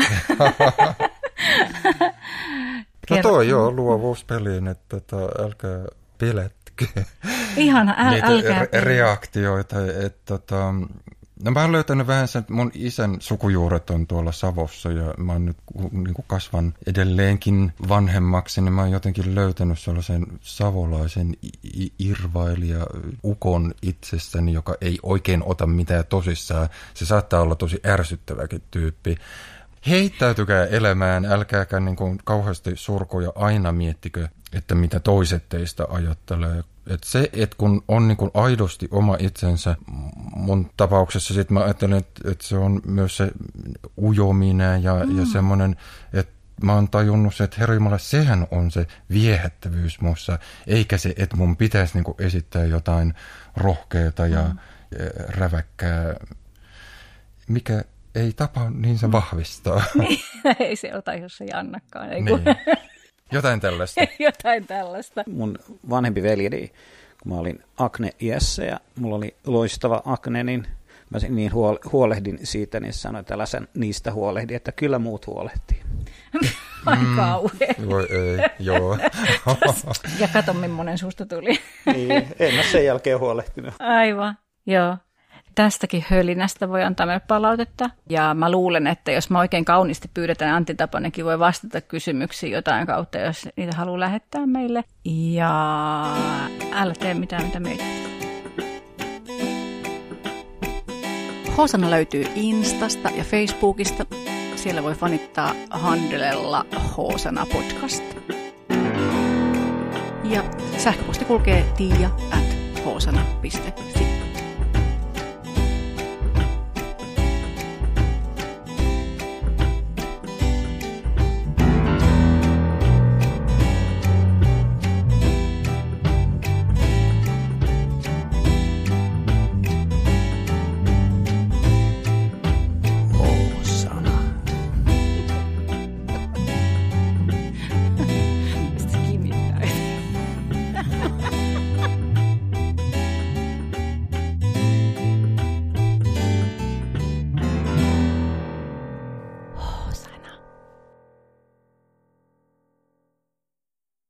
No toi joo, luovuuspeliin, että älkää pelätkö ihana, älkää reaktioita. No mä oon löytänyt vähän sen, että mun isän sukujuuret on tuolla Savossa ja mä oon nyt niin kuin kasvan edelleenkin vanhemmaksi, niin mä oon jotenkin löytänyt sellaisen savolaisen irvailija ukon itsestäni, joka ei oikein ota mitään tosissaan. Se saattaa olla tosi ärsyttäväkin tyyppi. Heittäytykää elämään, älkääkä niin kuin kauheasti surkuja aina miettikö, että mitä toiset teistä ajattelee. Että se, että kun on niin kuin aidosti oma itsensä, mun tapauksessa sit mä ajattelen, että se on myös se ujominen ja semmoinen, että mä oon tajunnut se, että herra jumala, sehän on se viehättävyys mussa, eikä se, että mun pitäisi niin kuin esittää jotain rohkeata ja räväkkää, mikä ei tapa, niin se vahvistaa. Ei se ota, jos ei annakaan. Ei niin. Jotain tällaista. Jotain tällaista. Mun vanhempi veljeni, kun mä olin akne-iässä ja mulla oli loistava akne, niin mä niin huolehdin siitä, niin sanoin, että älä sen niistä huolehdi, että kyllä muut huolehtii. Ai kauhean. Voi ei, joo. Ja kato, millainen susta tuli. Niin, en mä sen jälkeen huolehtinut. Aivan, joo. Tästäkin hölinästä voi antaa meille palautetta. Ja mä luulen, että jos mä oikein kauniisti pyydetään, Antti Tapanenkin voi vastata kysymyksiin jotain kautta, jos niitä haluaa lähettää meille. Ja älä tee mitään, mitä meitä. Hosanna löytyy Instasta ja Facebookista. Siellä voi fanittaa handlella Hosanna podcast. Ja sähköposti kulkee tiia@hosanna.fi.